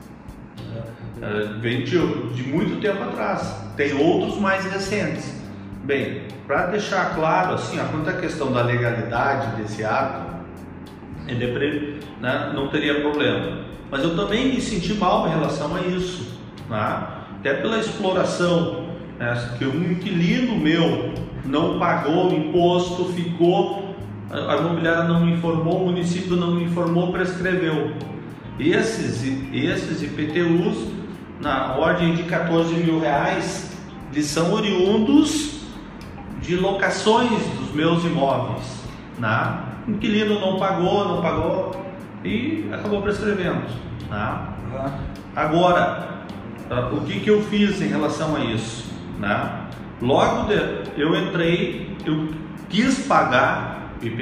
Vem de muito tempo atrás. Tem outros mais recentes. Bem, para deixar claro, assim, quanto à questão da legalidade desse ato, né, não teria problema. Mas eu também me senti mal em relação a isso. Tá? Até pela exploração. Que um inquilino meu não pagou o imposto, a imobiliária não me informou, o município não me informou, prescreveu. Esses IPTUs, na ordem de 14 mil reais, eles são oriundos de locações dos meus imóveis. Né? O inquilino não pagou e acabou prescrevendo. Né? Agora, o que eu fiz em relação a isso? Né? Eu entrei, eu quis pagar o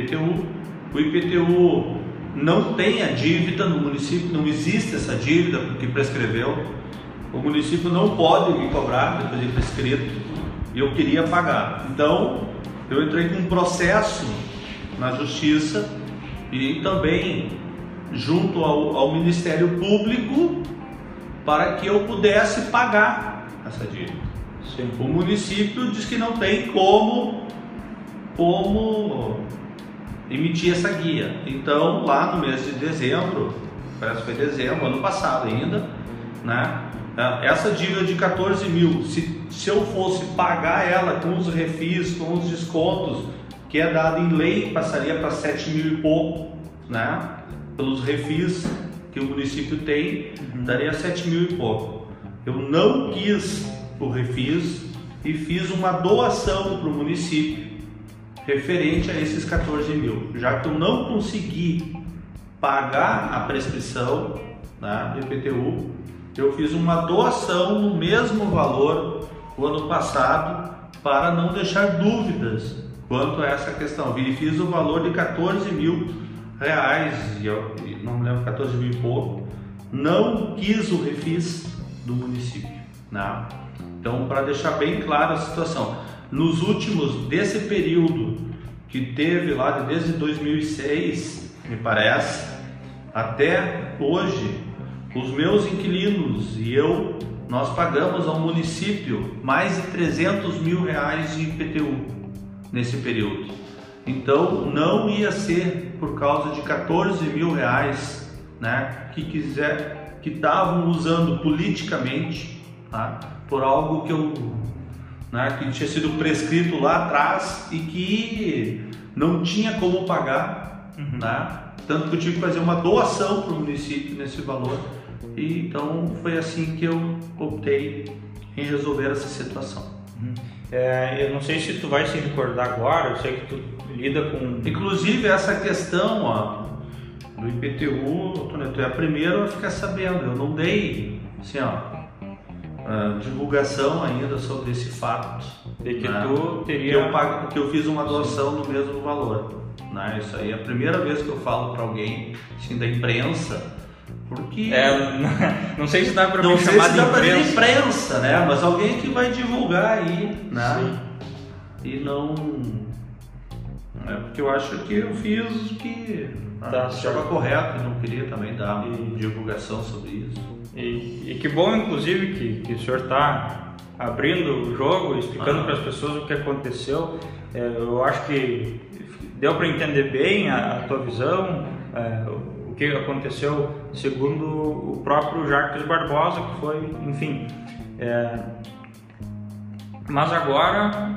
IPTU não tem a dívida no município, não existe essa dívida porque prescreveu, o município não pode me cobrar depois de prescrito, e eu queria pagar, então eu entrei com um processo na justiça e também junto ao Ministério Público para que eu pudesse pagar essa dívida. Sim. O município diz que não tem como emitir essa guia. Então, lá no mês de dezembro, parece que foi dezembro, ano passado ainda, né? Essa dívida de 14 mil, se eu fosse pagar ela com os refis, com os descontos que é dado em lei, passaria para 7 mil e pouco, né? Pelos refis que o município tem, daria 7 mil e pouco. Eu não quis o refis e fiz uma doação para o município referente a esses 14 mil, já que eu não consegui pagar a prescrição, né, do IPTU, eu fiz uma doação no mesmo valor o ano passado para não deixar dúvidas quanto a essa questão. E fiz o valor de R$14 mil, não me lembro, 14 mil e pouco. Não quis o refis do município, né? Então, para deixar bem clara a situação, nos últimos, desse período que teve lá desde 2006, me parece, até hoje, os meus inquilinos e eu, nós pagamos ao município mais de R$300 mil de IPTU nesse período. Então, não ia ser por causa de R$14 mil, né, que estavam usando politicamente, tá, por algo que tinha sido prescrito lá atrás e que não tinha como pagar, né? Tanto que eu tive que fazer uma doação para o município nesse valor, e então foi assim que eu optei em resolver essa situação. Eu não sei se tu vai se recordar agora, eu sei que tu lida com... Inclusive essa questão do IPTU, tu é a primeira a ficar sabendo. Eu não dei assim, divulgação ainda sobre esse fato. De que tu teria... que eu fiz uma doação no mesmo valor. Né? Isso aí é a primeira vez que eu falo para alguém assim, da imprensa, porque... não sei se dá para me chamar de imprensa, né? Mas alguém que vai divulgar aí, né? E não... porque eu acho que eu fiz o que estava correto e não queria também dar divulgação sobre isso. E que bom, inclusive, que o senhor está abrindo o jogo, explicando para as pessoas o que aconteceu. Eu acho que deu para entender bem a tua visão, o que aconteceu segundo o próprio Jacques Barbosa, que foi, enfim. Mas agora,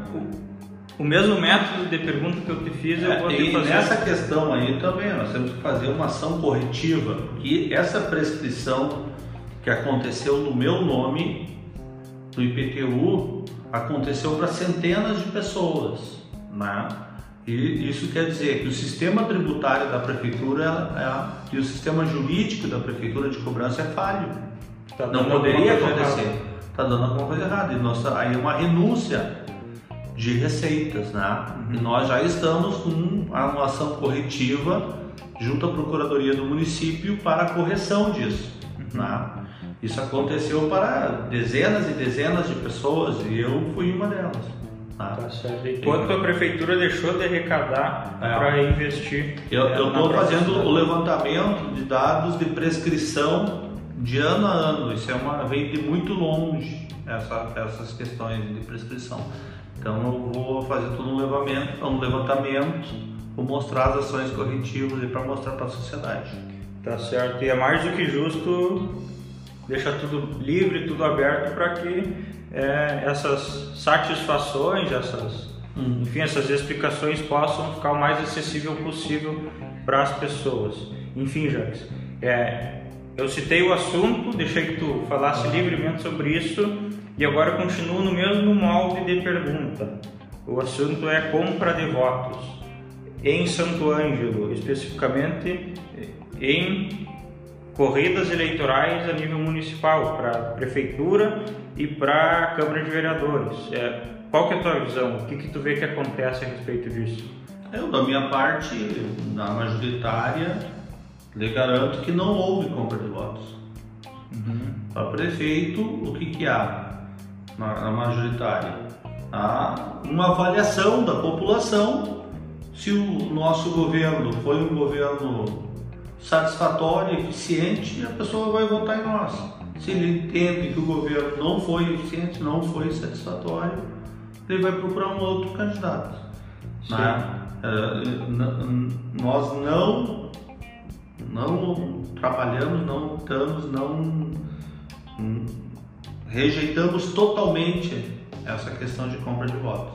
o mesmo método de pergunta que eu te fiz, eu vou ter que fazer. Nessa questão aí também, nós temos que fazer uma ação corretiva, que essa prescrição que aconteceu no meu nome, do IPTU, aconteceu para centenas de pessoas, né? E isso quer dizer que o sistema tributário da prefeitura e o sistema jurídico da prefeitura de cobrança é falho. Não poderia acontecer. Está dando alguma coisa errada. E aí é uma renúncia de receitas, né? E nós já estamos com uma ação corretiva junto à Procuradoria do município para a correção disso, né? Isso aconteceu para dezenas e dezenas de pessoas e eu fui uma delas. Tá certo. E quanto a prefeitura deixou de arrecadar para investir? Eu estou fazendo o levantamento de dados de prescrição de ano a ano. Isso vem de muito longe, essas questões de prescrição. Então eu vou fazer todo um levantamento, vou mostrar as ações corretivas para mostrar para a sociedade. Tá certo. E é mais do que justo deixar tudo livre, tudo aberto para que essas satisfações, essas explicações possam ficar o mais acessível possível para as pessoas. Enfim, Jacques, eu citei o assunto, deixei que tu falasse livremente sobre isso e agora eu continuo no mesmo molde de pergunta. O assunto é compra de votos em Santo Ângelo, especificamente em corridas eleitorais a nível municipal, para a prefeitura e para a Câmara de Vereadores. Qual que é a tua visão? O que tu vê que acontece a respeito disso? Da minha parte, na majoritária, lhe garanto que não houve compra de votos. Para prefeito, o que há na majoritária? Há uma avaliação da população se o nosso governo foi um governo satisfatório, eficiente, a pessoa vai votar em nós. Se ele entende que o governo não foi eficiente, não foi satisfatório, ele vai procurar um outro candidato. Nós não trabalhamos, não lutamos, não rejeitamos totalmente essa questão de compra de votos,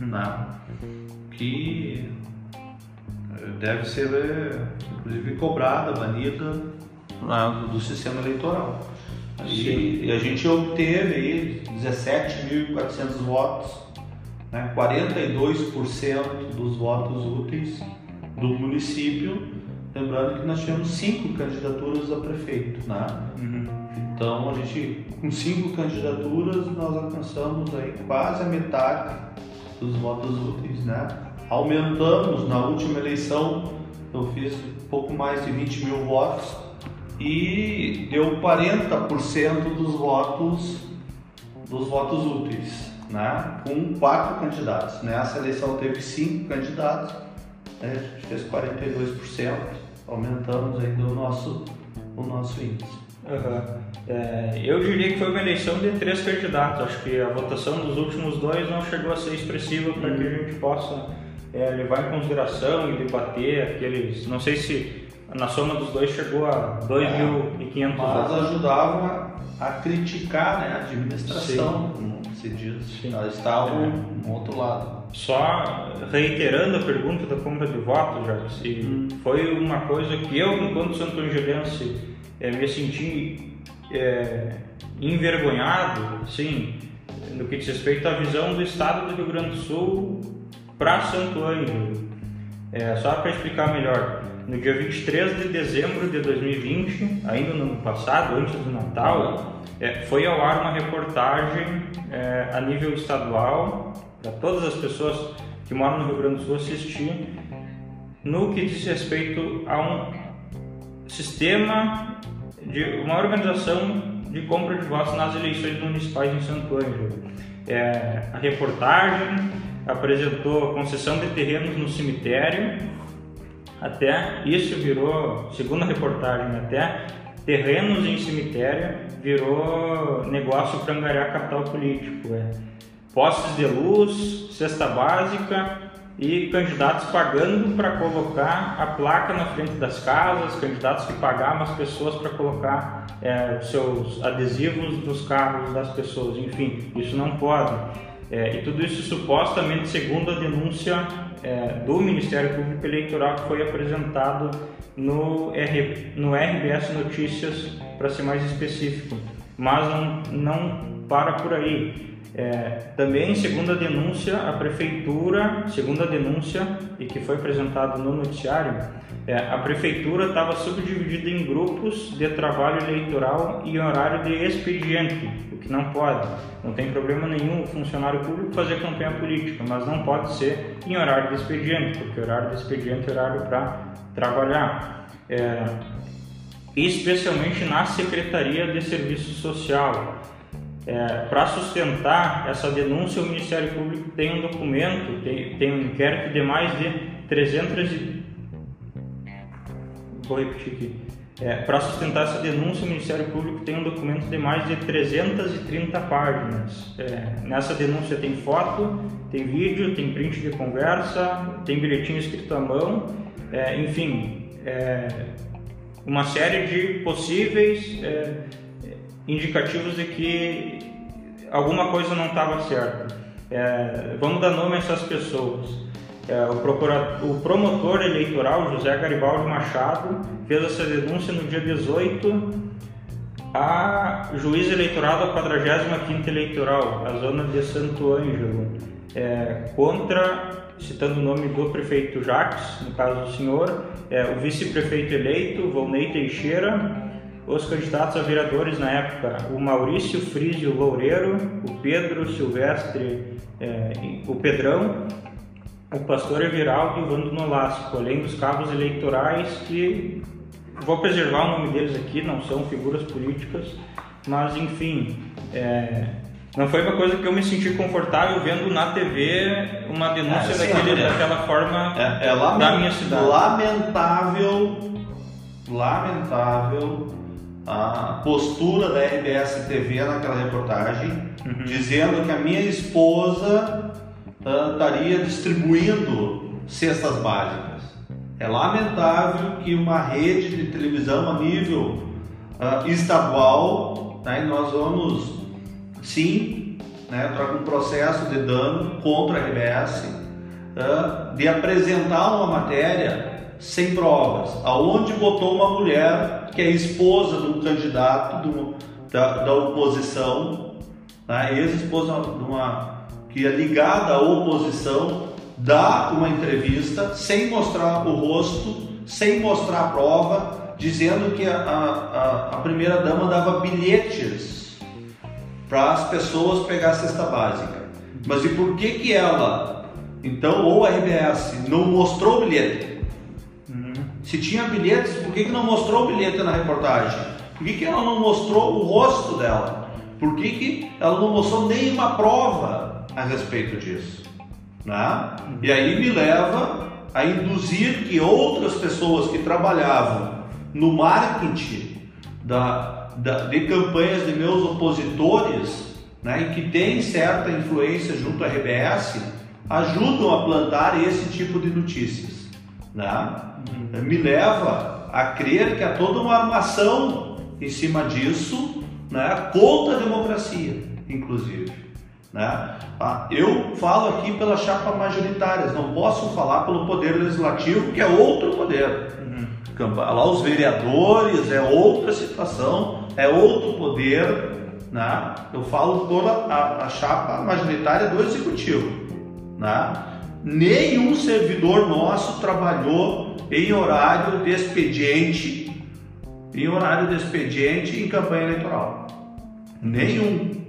que deve ser inclusive cobrada, banida do sistema eleitoral. E a gente obteve aí 17.400 votos, né, 42% dos votos úteis do município lembrando que nós tivemos 5 candidaturas a prefeito, né? Então a gente, com 5 candidaturas, nós alcançamos aí quase a metade dos votos úteis, né? Aumentamos na última eleição, eu fiz pouco mais de 20 mil votos e deu 40% dos votos úteis, né? Com 4 candidatos. Nessa eleição teve 5 candidatos, né? A gente fez 42%, aumentamos ainda o nosso índice. Eu diria que foi uma eleição de 3 candidatos. Acho que a votação dos últimos 2 não chegou a ser expressiva para que a gente possa levar em consideração e debater aqueles. Não sei se na soma dos 2 chegou a 2.500 mas votos. Ajudavam a criticar, né, a administração, como se diz. Elas estavam no outro lado. Só reiterando a pergunta da compra de votos, já se foi uma coisa que eu, enquanto santo-angelense, me senti envergonhado, sim, no que diz respeito à visão do estado do Rio Grande do Sul para Santo Ângelo. Só para explicar melhor, no dia 23 de dezembro de 2020, ainda no ano passado, antes do Natal, foi ao ar uma reportagem a nível estadual, para todas as pessoas que moram no Rio Grande do Sul assistir, no que diz respeito a um sistema de uma organização de compra de votos nas eleições municipais em Santo Ângelo. A reportagem apresentou a concessão de terrenos no cemitério, até isso virou, segundo a reportagem, até terrenos em cemitério virou negócio para angariar capital político. Postes de luz, cesta básica e candidatos pagando para colocar a placa na frente das casas, candidatos que pagavam as pessoas para colocar seus adesivos nos carros das pessoas. Enfim, isso não pode. E tudo isso supostamente segundo a denúncia do Ministério Público Eleitoral, que foi apresentado no RBS Notícias, para ser mais específico. Mas não para por aí. Também, segundo a denúncia, a prefeitura, e que foi apresentado no noticiário, a prefeitura estava subdividida em grupos de trabalho eleitoral e horário de expediente, o que não pode. Não tem problema nenhum o funcionário público fazer campanha política, mas não pode ser em horário de expediente, porque horário de expediente é horário para trabalhar. Especialmente na Secretaria de Serviço Social. Para sustentar essa denúncia, o Ministério Público tem um documento, tem um inquérito de mais de 300 Vou repetir aqui. Para sustentar essa denúncia, o Ministério Público tem um documento de mais de 330 páginas. Nessa denúncia tem foto, tem vídeo, tem print de conversa, tem bilhetinho escrito à mão, enfim, uma série de possíveis indicativos de que alguma coisa não estava certa. Vamos dar nome a essas pessoas. O promotor eleitoral José Garibaldi Machado fez essa denúncia no dia 18 a juiz eleitoral da 45ª eleitoral, a zona de Santo Ângelo, contra, citando o nome do prefeito Jacques, no caso do senhor, o vice-prefeito eleito, Volney Teixeira, os candidatos a vereadores na época, o Maurício Frísio Loureiro, o Pedro Silvestre, o Pedrão, o pastor Everaldo e o Vando Nolasco, além dos cabos eleitorais que, vou preservar o nome deles aqui, não são figuras políticas, mas enfim, não foi uma coisa que eu me senti confortável vendo na TV uma denúncia daquela forma da minha cidade. Lamentável a postura da RBS TV naquela reportagem, dizendo que a minha esposa estaria distribuindo cestas básicas. É lamentável que uma rede de televisão a nível estadual, né, nós vamos sim, entrar com um processo de dano contra a RBS, de apresentar uma matéria sem provas, aonde botou uma mulher que é esposa de um candidato da oposição, ex-esposa de que é ligada à oposição, dá uma entrevista sem mostrar o rosto sem mostrar a prova, dizendo que a primeira-dama dava bilhetes para as pessoas pegar a cesta básica. Mas e por que ela, então, ou a RBS, não mostrou o bilhete? Se tinha bilhetes, por que não mostrou o bilhete na reportagem? Por que ela não mostrou o rosto dela? Por que ela não mostrou nenhuma prova a respeito disso? Né? E aí me leva a induzir que outras pessoas que trabalhavam no marketing de campanhas de meus opositores, né, e que têm certa influência junto à RBS, ajudam a plantar esse tipo de notícias. Né? Me leva a crer que há toda uma armação em cima disso, né, contra a democracia, inclusive. Né? Eu falo aqui pelas chapas majoritárias, não posso falar pelo poder legislativo, que é outro poder. Lá os vereadores é outra situação, é outro poder. Né? Eu falo toda a chapa majoritária do executivo. Né? Nenhum servidor nosso trabalhou em horário de expediente em campanha eleitoral. Nenhum.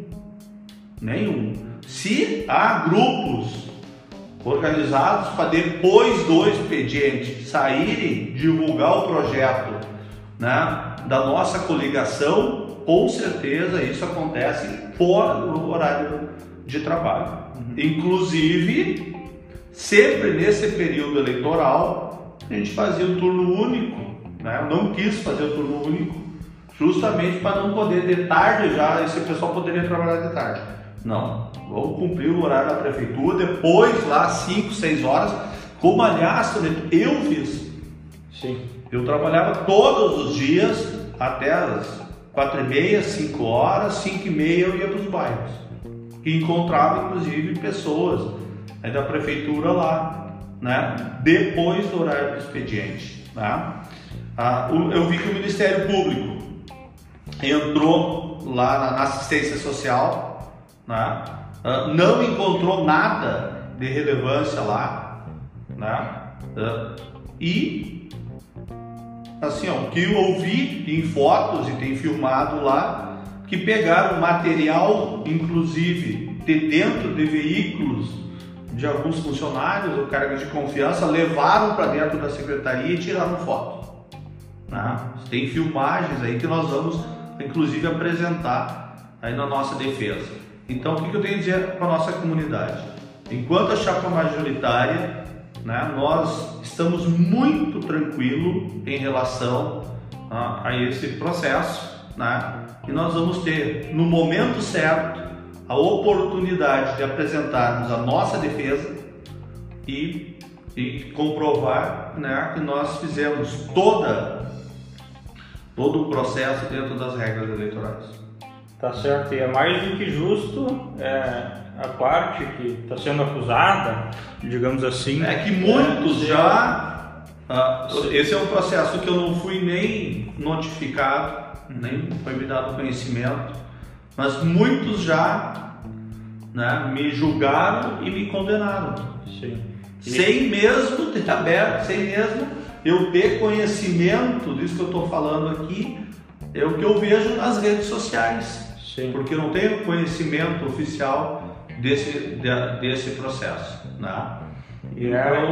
Se há grupos organizados para depois do expediente saírem divulgar o projeto, né, da nossa coligação, com certeza isso acontece fora do horário de trabalho. Inclusive, sempre nesse período eleitoral, a gente fazia o turno único. Né? Eu não quis fazer o turno único, justamente para não poder de tarde já, esse pessoal poderia trabalhar de tarde. Não, vou cumprir o horário da prefeitura, depois lá 5, 6 horas, como aliás eu fiz. Sim. Eu trabalhava todos os dias até as 4h30, 5 horas, 5h30 eu ia para os bairros. E encontrava inclusive pessoas da prefeitura lá, né? Depois do horário do expediente. Né? Eu vi que o Ministério Público entrou lá na assistência social, né? Não encontrou nada de relevância lá, né? E assim, o que eu ouvi em fotos e tem filmado lá, que pegaram material, inclusive de dentro de veículos de alguns funcionários ou cargos de confiança, levaram para dentro da secretaria e tiraram foto. Né? Tem filmagens aí que nós vamos inclusive apresentar aí na nossa defesa. Então, o que eu tenho a dizer para a nossa comunidade? Enquanto a chapa majoritária, né, nós estamos muito tranquilos em relação a esse processo, né, e nós vamos ter, no momento certo, a oportunidade de apresentarmos a nossa defesa e comprovar, né, que nós fizemos todo o processo dentro das regras eleitorais. Tá certo, e é mais do que justo a parte que está sendo acusada, digamos assim. É que muitos esse é um processo que eu não fui nem notificado, nem foi me dado conhecimento, mas muitos já, né, me julgaram e me condenaram. Sim. Sem mesmo ter aberto, sem mesmo eu ter conhecimento disso que eu estou falando aqui, é o que eu vejo nas redes sociais. Sim. Porque eu não tenho conhecimento oficial desse processo. Né? E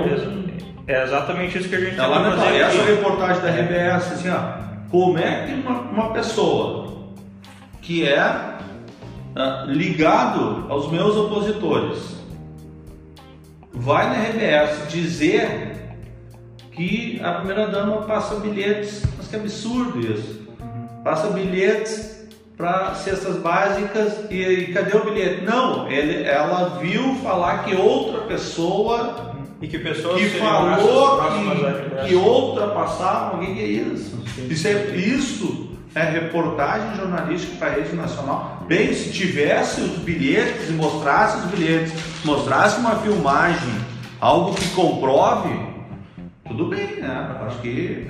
é exatamente isso que a gente está fazendo. Essa reportagem da RBS, assim, como é que uma pessoa que é ligado aos meus opositores vai na RBS dizer que a primeira-dama passa bilhetes, mas que absurdo isso, passa bilhetes para cestas básicas e cadê o bilhete? Não, ela viu falar que outra pessoa e que pessoas que falou que outra passava, o que é isso? Isso é reportagem jornalística para a rede nacional. Bem, se tivesse os bilhetes e mostrasse os bilhetes, mostrasse uma filmagem, algo que comprove, tudo bem, né? Acho que,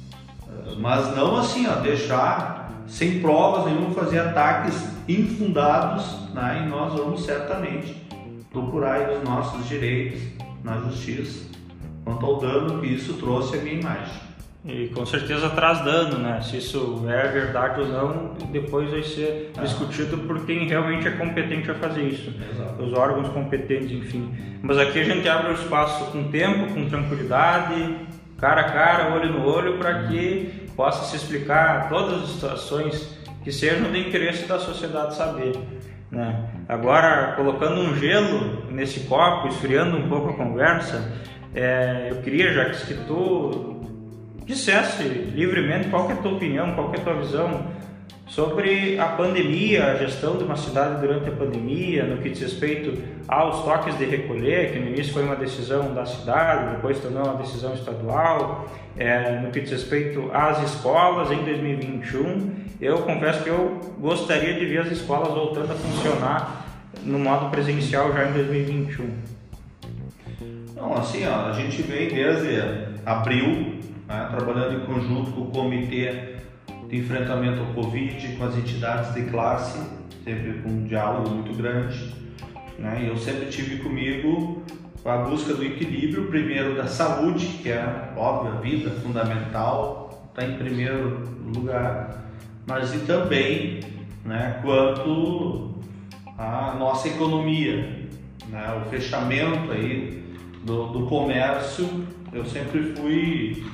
mas não assim, deixar sem provas nenhuma, fazer ataques infundados, né? E nós vamos certamente procurar aí os nossos direitos na justiça, quanto ao dano que isso trouxe à minha imagem. E com certeza traz dano, né? Se isso é verdade ou não, depois vai ser discutido por quem realmente é competente a fazer isso. Exato. Os órgãos competentes, enfim. Mas aqui a gente abre o espaço com tempo, com tranquilidade, cara a cara, olho no olho, para que possa se explicar todas as situações que sejam de interesse da sociedade saber, né? Agora, colocando um gelo nesse copo, esfriando um pouco a conversa, eu queria, Jacques, que tu dissesse livremente qual que é a tua opinião, qual que é a tua visão sobre a pandemia, a gestão de uma cidade durante a pandemia, no que diz respeito aos toques de recolher, que no início foi uma decisão da cidade, depois tornou uma decisão estadual, no que diz respeito às escolas em 2021. Eu confesso que eu gostaria de ver as escolas voltando a funcionar no modo presencial já em 2021. Então, assim, a gente vem desde abril, né, trabalhando em conjunto com o Comitê de Enfrentamento ao Covid, com as entidades de classe, sempre com um diálogo muito grande, né, e eu sempre tive comigo a busca do equilíbrio, primeiro da saúde, que é, óbvio, a vida fundamental, está em primeiro lugar, mas e também, né, quanto à nossa economia, né, o fechamento aí do comércio. Eu sempre fui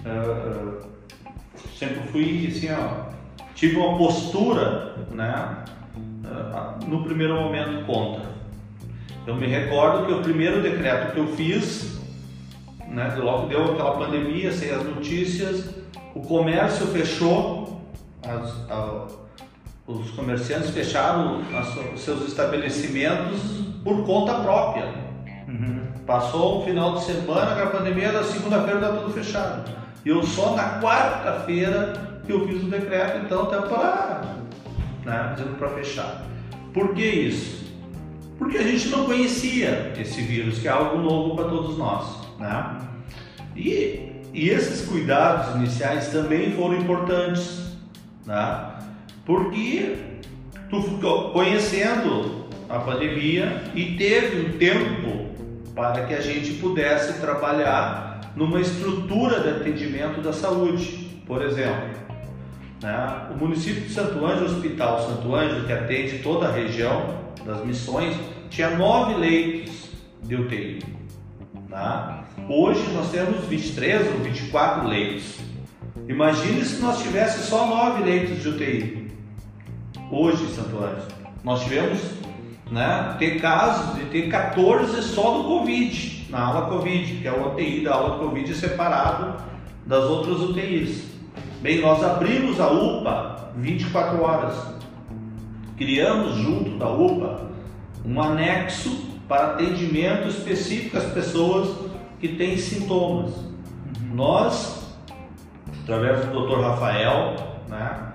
assim, tive uma postura, né, no primeiro momento contra. Eu me recordo que o primeiro decreto que eu fiz, né, logo deu aquela pandemia, sem as notícias, o comércio fechou, os comerciantes fecharam os seus estabelecimentos por conta própria. Passou um final de semana com a pandemia, na segunda-feira está tudo fechado. E eu só na quarta-feira que eu fiz o decreto, então até para, né, dizendo para fechar. Por que isso? Porque a gente não conhecia esse vírus, que é algo novo para todos nós, né? E esses cuidados iniciais também foram importantes, né? Porque tu ficou conhecendo a pandemia e teve um tempo para que a gente pudesse trabalhar numa estrutura de atendimento da saúde. Por exemplo, né, o município de Santo Ângelo, o Hospital Santo Ângelo, que atende toda a região das Missões, tinha 9 leitos de UTI. Tá? Hoje nós temos 23 ou 24 leitos. Imagine se nós tivéssemos só 9 leitos de UTI. Hoje em Santo Ângelo. Nós tivemos, né, ter casos de ter 14 só do Covid, na ala Covid, que é o UTI da ala Covid separado das outras UTIs. Bem, nós abrimos a UPA 24 horas. Criamos junto da UPA um anexo para atendimento específico às pessoas que têm sintomas. Nós, através do Dr. Rafael, né,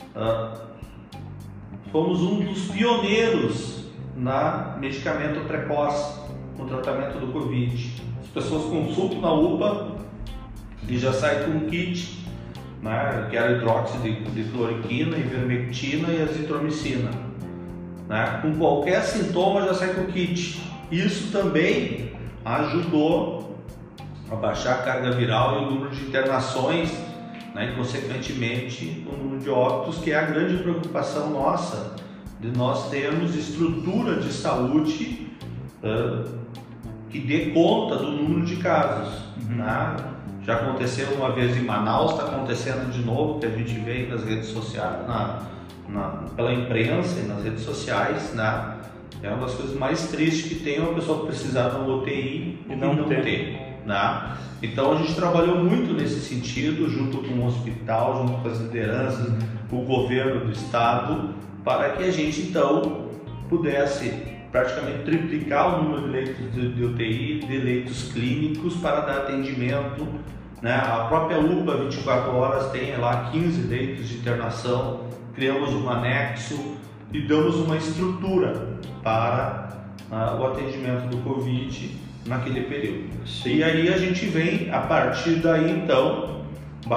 fomos um dos pioneiros na medicamento precoce, no tratamento do Covid. As pessoas consultam na UPA e já saem com um kit, né, que era hidróxido de cloroquina, ivermectina e azitromicina. Né? Com qualquer sintoma já sai com o kit. Isso também ajudou a baixar a carga viral e o número de internações, né, e consequentemente o número de óbitos, que é a grande preocupação nossa, de nós termos estrutura de saúde que dê conta do número de casos. Né? Já aconteceu uma vez em Manaus, está acontecendo de novo, que a gente vê nas redes sociais, pela imprensa e nas redes sociais, né? É uma das coisas mais tristes que tem uma pessoa precisar de uma UTI e não ter. Né? Então a gente trabalhou muito nesse sentido, junto com o hospital, junto com as lideranças, com o governo do estado, para que a gente então pudesse praticamente triplicar o número de leitos de UTI, de leitos clínicos para dar atendimento. Né? A própria UPA 24 horas tem lá 15 leitos de internação. Criamos um anexo e damos uma estrutura para o atendimento do Covid naquele período. Sim. E aí a gente vem, a partir daí então,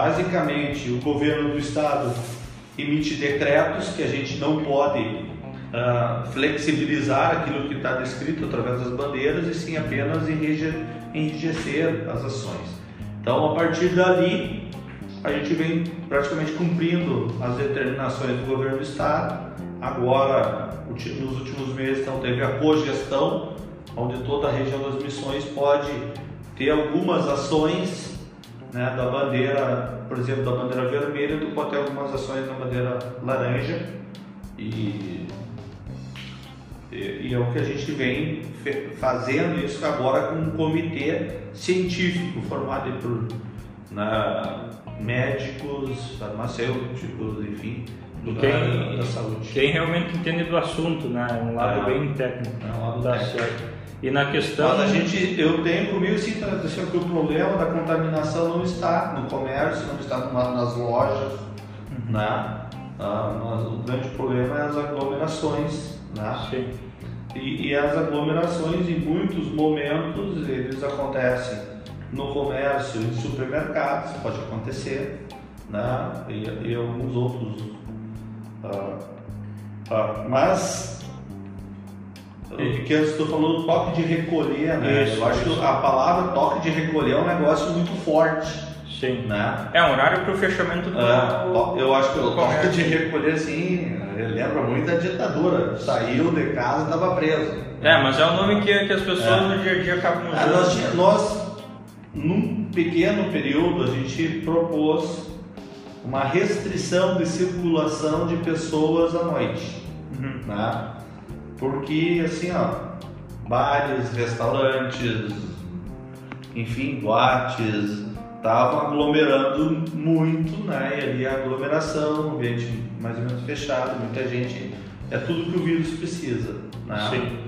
basicamente o governo do estado emite decretos que a gente não pode flexibilizar aquilo que está descrito através das bandeiras e sim apenas enrijecer as ações. Então, a partir dali, a gente vem praticamente cumprindo as determinações do governo do estado. Agora, nos últimos meses, então, teve a cogestão, onde toda a região das Missões pode ter algumas ações, né, da bandeira, por exemplo, da bandeira vermelha, tu pode ter algumas ações na bandeira laranja, e é o que a gente vem fazendo isso agora com um comitê científico formado por médicos, farmacêuticos, enfim, da saúde. Quem realmente entende do assunto, né? Um lado bem técnico. Certo. E na questão... Mas eu tenho comigo sim, que o problema da contaminação não está no comércio, não está nas lojas, né? O grande problema é as aglomerações, né? Sim. E as aglomerações, em muitos momentos, eles acontecem no comércio, em supermercados, pode acontecer, né? E alguns outros. Mas o que antes tu falou do toque de recolher, né? Isso, eu acho que a palavra toque de recolher é um negócio muito forte. Sim. Né? É um horário para o fechamento do eu acho que o toque de recolher, assim, lembra muito da ditadura. Saiu de casa e estava preso. Mas é um nome que as pessoas no dia a dia acabam usando. Nós, num pequeno período, a gente propôs uma restrição de circulação de pessoas à noite. Né? Porque, assim, bares, restaurantes, enfim, boates, estavam aglomerando muito, né? E ali a aglomeração, ambiente mais ou menos fechado, muita gente, é tudo que o vírus precisa, né? Sim.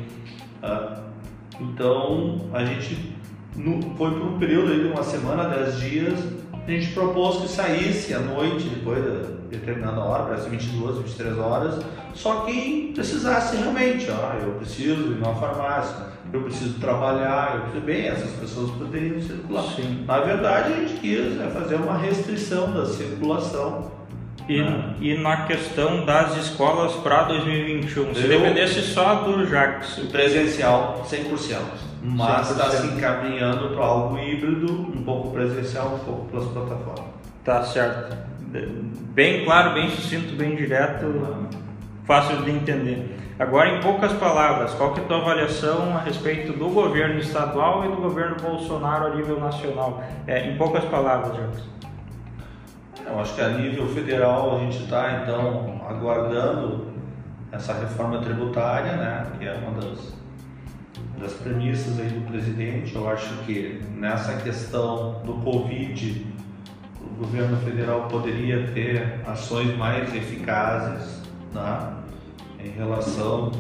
Então, a gente foi por um período aí de uma semana, 10 dias, a gente propôs que saísse à noite, depois de determinada hora, parece 22, 23 horas, só quem precisasse realmente, eu preciso ir numa farmácia, eu preciso trabalhar, essas pessoas poderiam circular. Sim. Na verdade, a gente quis fazer uma restrição da circulação. E na questão das escolas para 2021, se dependesse só do Jax? Presencial, 100%. Mas está se encaminhando para algo híbrido, um pouco presencial, um pouco pelas plataformas. Tá certo. Bem claro, bem sucinto, bem direto, fácil de entender. Agora, em poucas palavras, qual que é a tua avaliação a respeito do governo estadual e do governo Bolsonaro a nível nacional? Em poucas palavras, Jacques. Eu acho que a nível federal a gente está, então, aguardando essa reforma tributária, né, que é uma das premissas aí do presidente. Eu acho que nessa questão do Covid, o governo federal poderia ter ações mais eficazes, né, em relação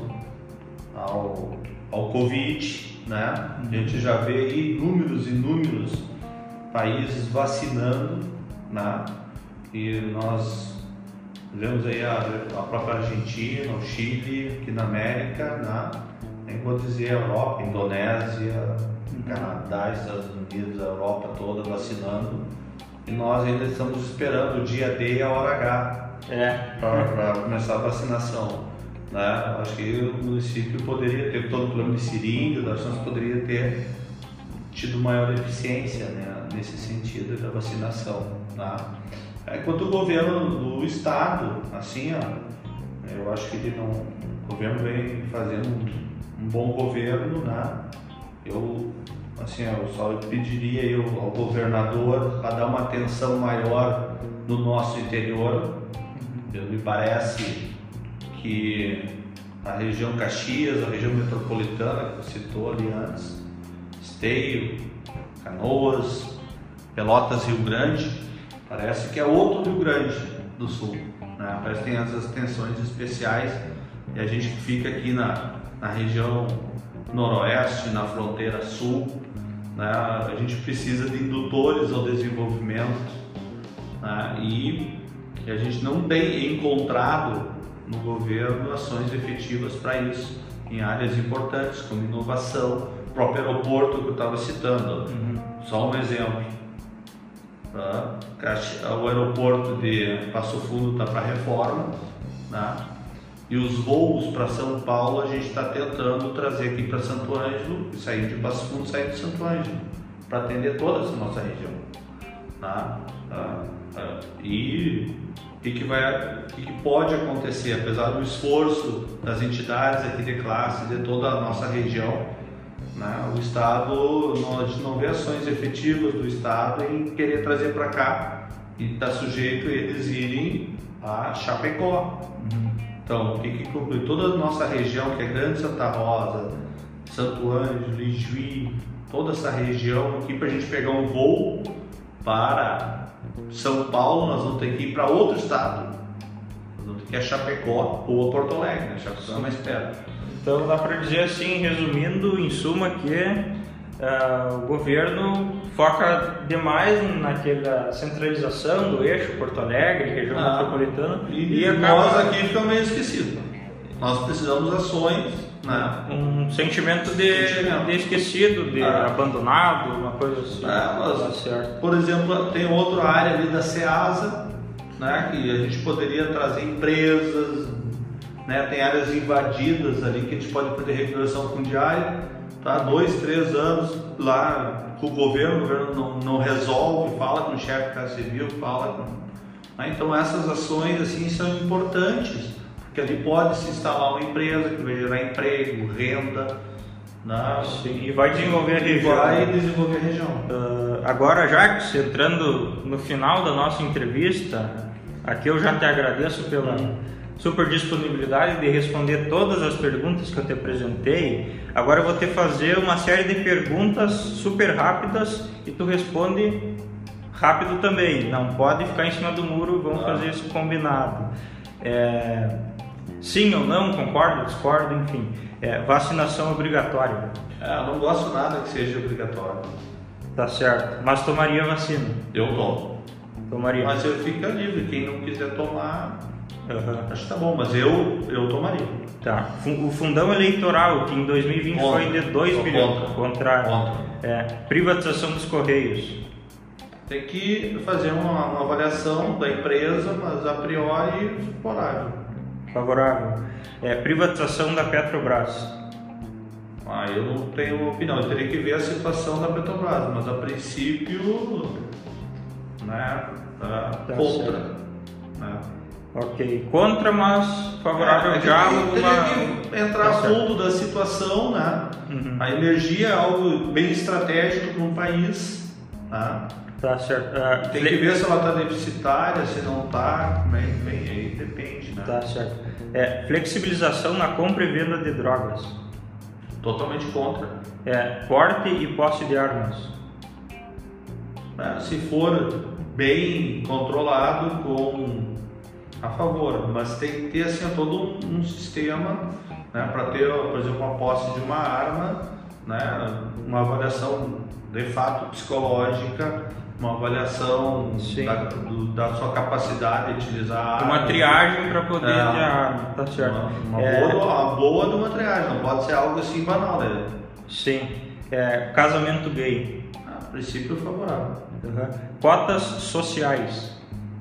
ao Covid, né? A gente já vê aí inúmeros países vacinando, né? E nós vemos aí a própria Argentina, o Chile, aqui na América, né? Nem vou dizer a Europa, Indonésia, Canadá, Estados Unidos, a Europa toda vacinando, e nós ainda estamos esperando o dia D e a hora H para começar a vacinação. Né? Acho que o município poderia ter todo o plano de seringa, nós poderia ter tido maior eficiência, né, nesse sentido da vacinação. Né? Quanto ao governo do estado, assim, eu acho que o governo vem fazendo um bom governo, né? Eu só pediria ao governador para dar uma atenção maior no nosso interior. Me parece que a região Caxias, a região metropolitana, que você citou ali antes, Esteio, Canoas, Pelotas, Rio Grande, parece que é outro Rio Grande do Sul, né? Parece que tem essas tensões especiais e a gente que fica aqui na região noroeste, na fronteira sul, né? A gente precisa de indutores ao desenvolvimento, né? E a gente não tem encontrado no governo ações efetivas para isso, em áreas importantes como inovação, o próprio aeroporto que eu estava citando, só um exemplo. O aeroporto de Passo Fundo está para reforma, né? E os voos para São Paulo a gente está tentando trazer aqui para Santo Ângelo, sair de Passo Fundo, sair de Santo Ângelo, para atender toda essa nossa região. Tá? E o que pode acontecer, apesar do esforço das entidades aqui de classe, de toda a nossa região, né? O Estado, a gente não vê ações efetivas do Estado em querer trazer para cá e está sujeito a eles irem a Chapecó. Então, o que conclui? Toda a nossa região, que é Grande Santa Rosa, Santo Ângelo, Ijuí, toda essa região aqui, para a gente pegar um voo para São Paulo, nós vamos ter que ir para outro estado. Nós vamos ter que ir a Chapecó ou a Porto Alegre, né? Chapecó é mais perto. Então dá para dizer assim, resumindo, em suma, que o governo foca demais naquela centralização do eixo Porto Alegre, região metropolitana, e nós aqui ficamos meio esquecidos. Nós precisamos de ações, né? Um sentimento de esquecido, de abandonado, uma coisa assim. Mas, certo. Por exemplo, tem outra área ali da SEASA, né? Que a gente poderia trazer empresas, né? Tem áreas invadidas ali que a gente pode fazer recuperação fundiária. Tá? 2, 3 anos lá com o governo não resolve, fala com o chefe da Casa Civil, fala com... Então essas ações assim são importantes, porque ali pode se instalar uma empresa que vai gerar emprego, renda, né? Sim, e vai desenvolver a região. Agora, Jacques, entrando no final da nossa entrevista, aqui eu já te agradeço pela super disponibilidade de responder todas as perguntas que eu te apresentei. Agora eu vou te fazer uma série de perguntas super rápidas e tu responde rápido também. Não pode ficar em cima do muro, vamos fazer isso combinado. Sim ou não, concordo, discordo, enfim. Vacinação obrigatória. Eu não gosto nada que seja obrigatório. Tá certo, mas tomaria vacina? Eu tomo. Tomaria. Mas eu fico livre, quem não quiser tomar... Acho que tá bom, mas eu tomaria. Tá. O fundão eleitoral, que em 2020 foi de 2 bilhões. Contrário. Privatização dos Correios. Tem que fazer uma avaliação da empresa, mas a priori favorável. Privatização da Petrobras. Eu não tenho opinião, eu teria que ver a situação da Petrobras, mas a princípio, né, contra. Né? Ok, contra, mas favorável ao diálogo. Teria que entrar a fundo da situação, né? A energia é algo bem estratégico para um país, né? Tá certo. Tem que ver se ela está deficitária, se não está, aí depende, né? Tá certo. Flexibilização na compra e venda de drogas. Totalmente contra. Porte e posse de armas. Se for bem controlado, a favor, mas tem que ter assim, todo um sistema, né, para ter, por exemplo, uma posse de uma arma, né, uma avaliação de fato psicológica, uma avaliação da sua capacidade de utilizar a arma. Uma triagem para poder ter a arma, tá certo. Uma boa de uma triagem, não pode ser algo assim banal, né? Sim. Casamento gay. A princípio favorável. Cotas sociais.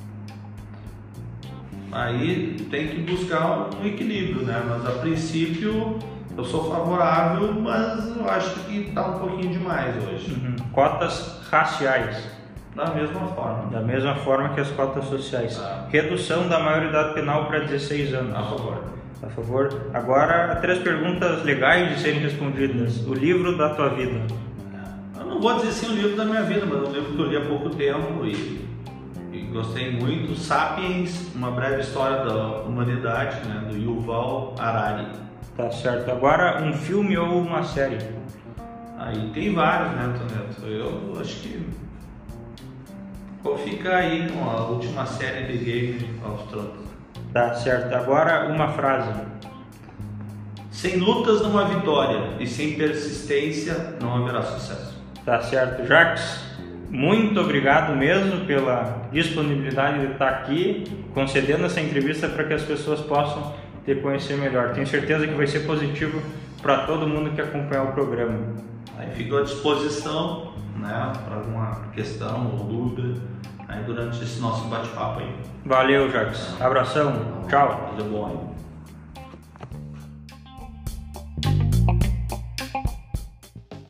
Aí tem que buscar um equilíbrio, né? Mas a princípio eu sou favorável, mas eu acho que está um pouquinho demais hoje. Cotas raciais. Da mesma forma. Da mesma forma que as cotas sociais. Redução da maioridade penal para 16 anos. A favor. A favor. Agora, 3 perguntas legais de serem respondidas. O livro da tua vida. Eu não vou dizer sim o livro da minha vida, mas é um livro que eu li há pouco tempo e gostei muito. Sapiens, uma breve história da humanidade, né, do Yuval Harari. Tá certo. Agora, um filme ou uma série? Aí tem vários, né, Toneto? Eu acho que vou ficar aí com a última série de Game of Thrones. Tá certo. Agora, uma frase. Sem lutas não há vitória e sem persistência não haverá sucesso. Tá certo. Jacques, muito obrigado mesmo pela disponibilidade de estar aqui, concedendo essa entrevista para que as pessoas possam te conhecer melhor. Tenho certeza que vai ser positivo para todo mundo que acompanhar o programa. Aí fico à disposição, né, para alguma questão ou dúvida aí durante esse nosso bate-papo aí. Valeu, Jacques. Abração. Tchau. Tudo bom aí.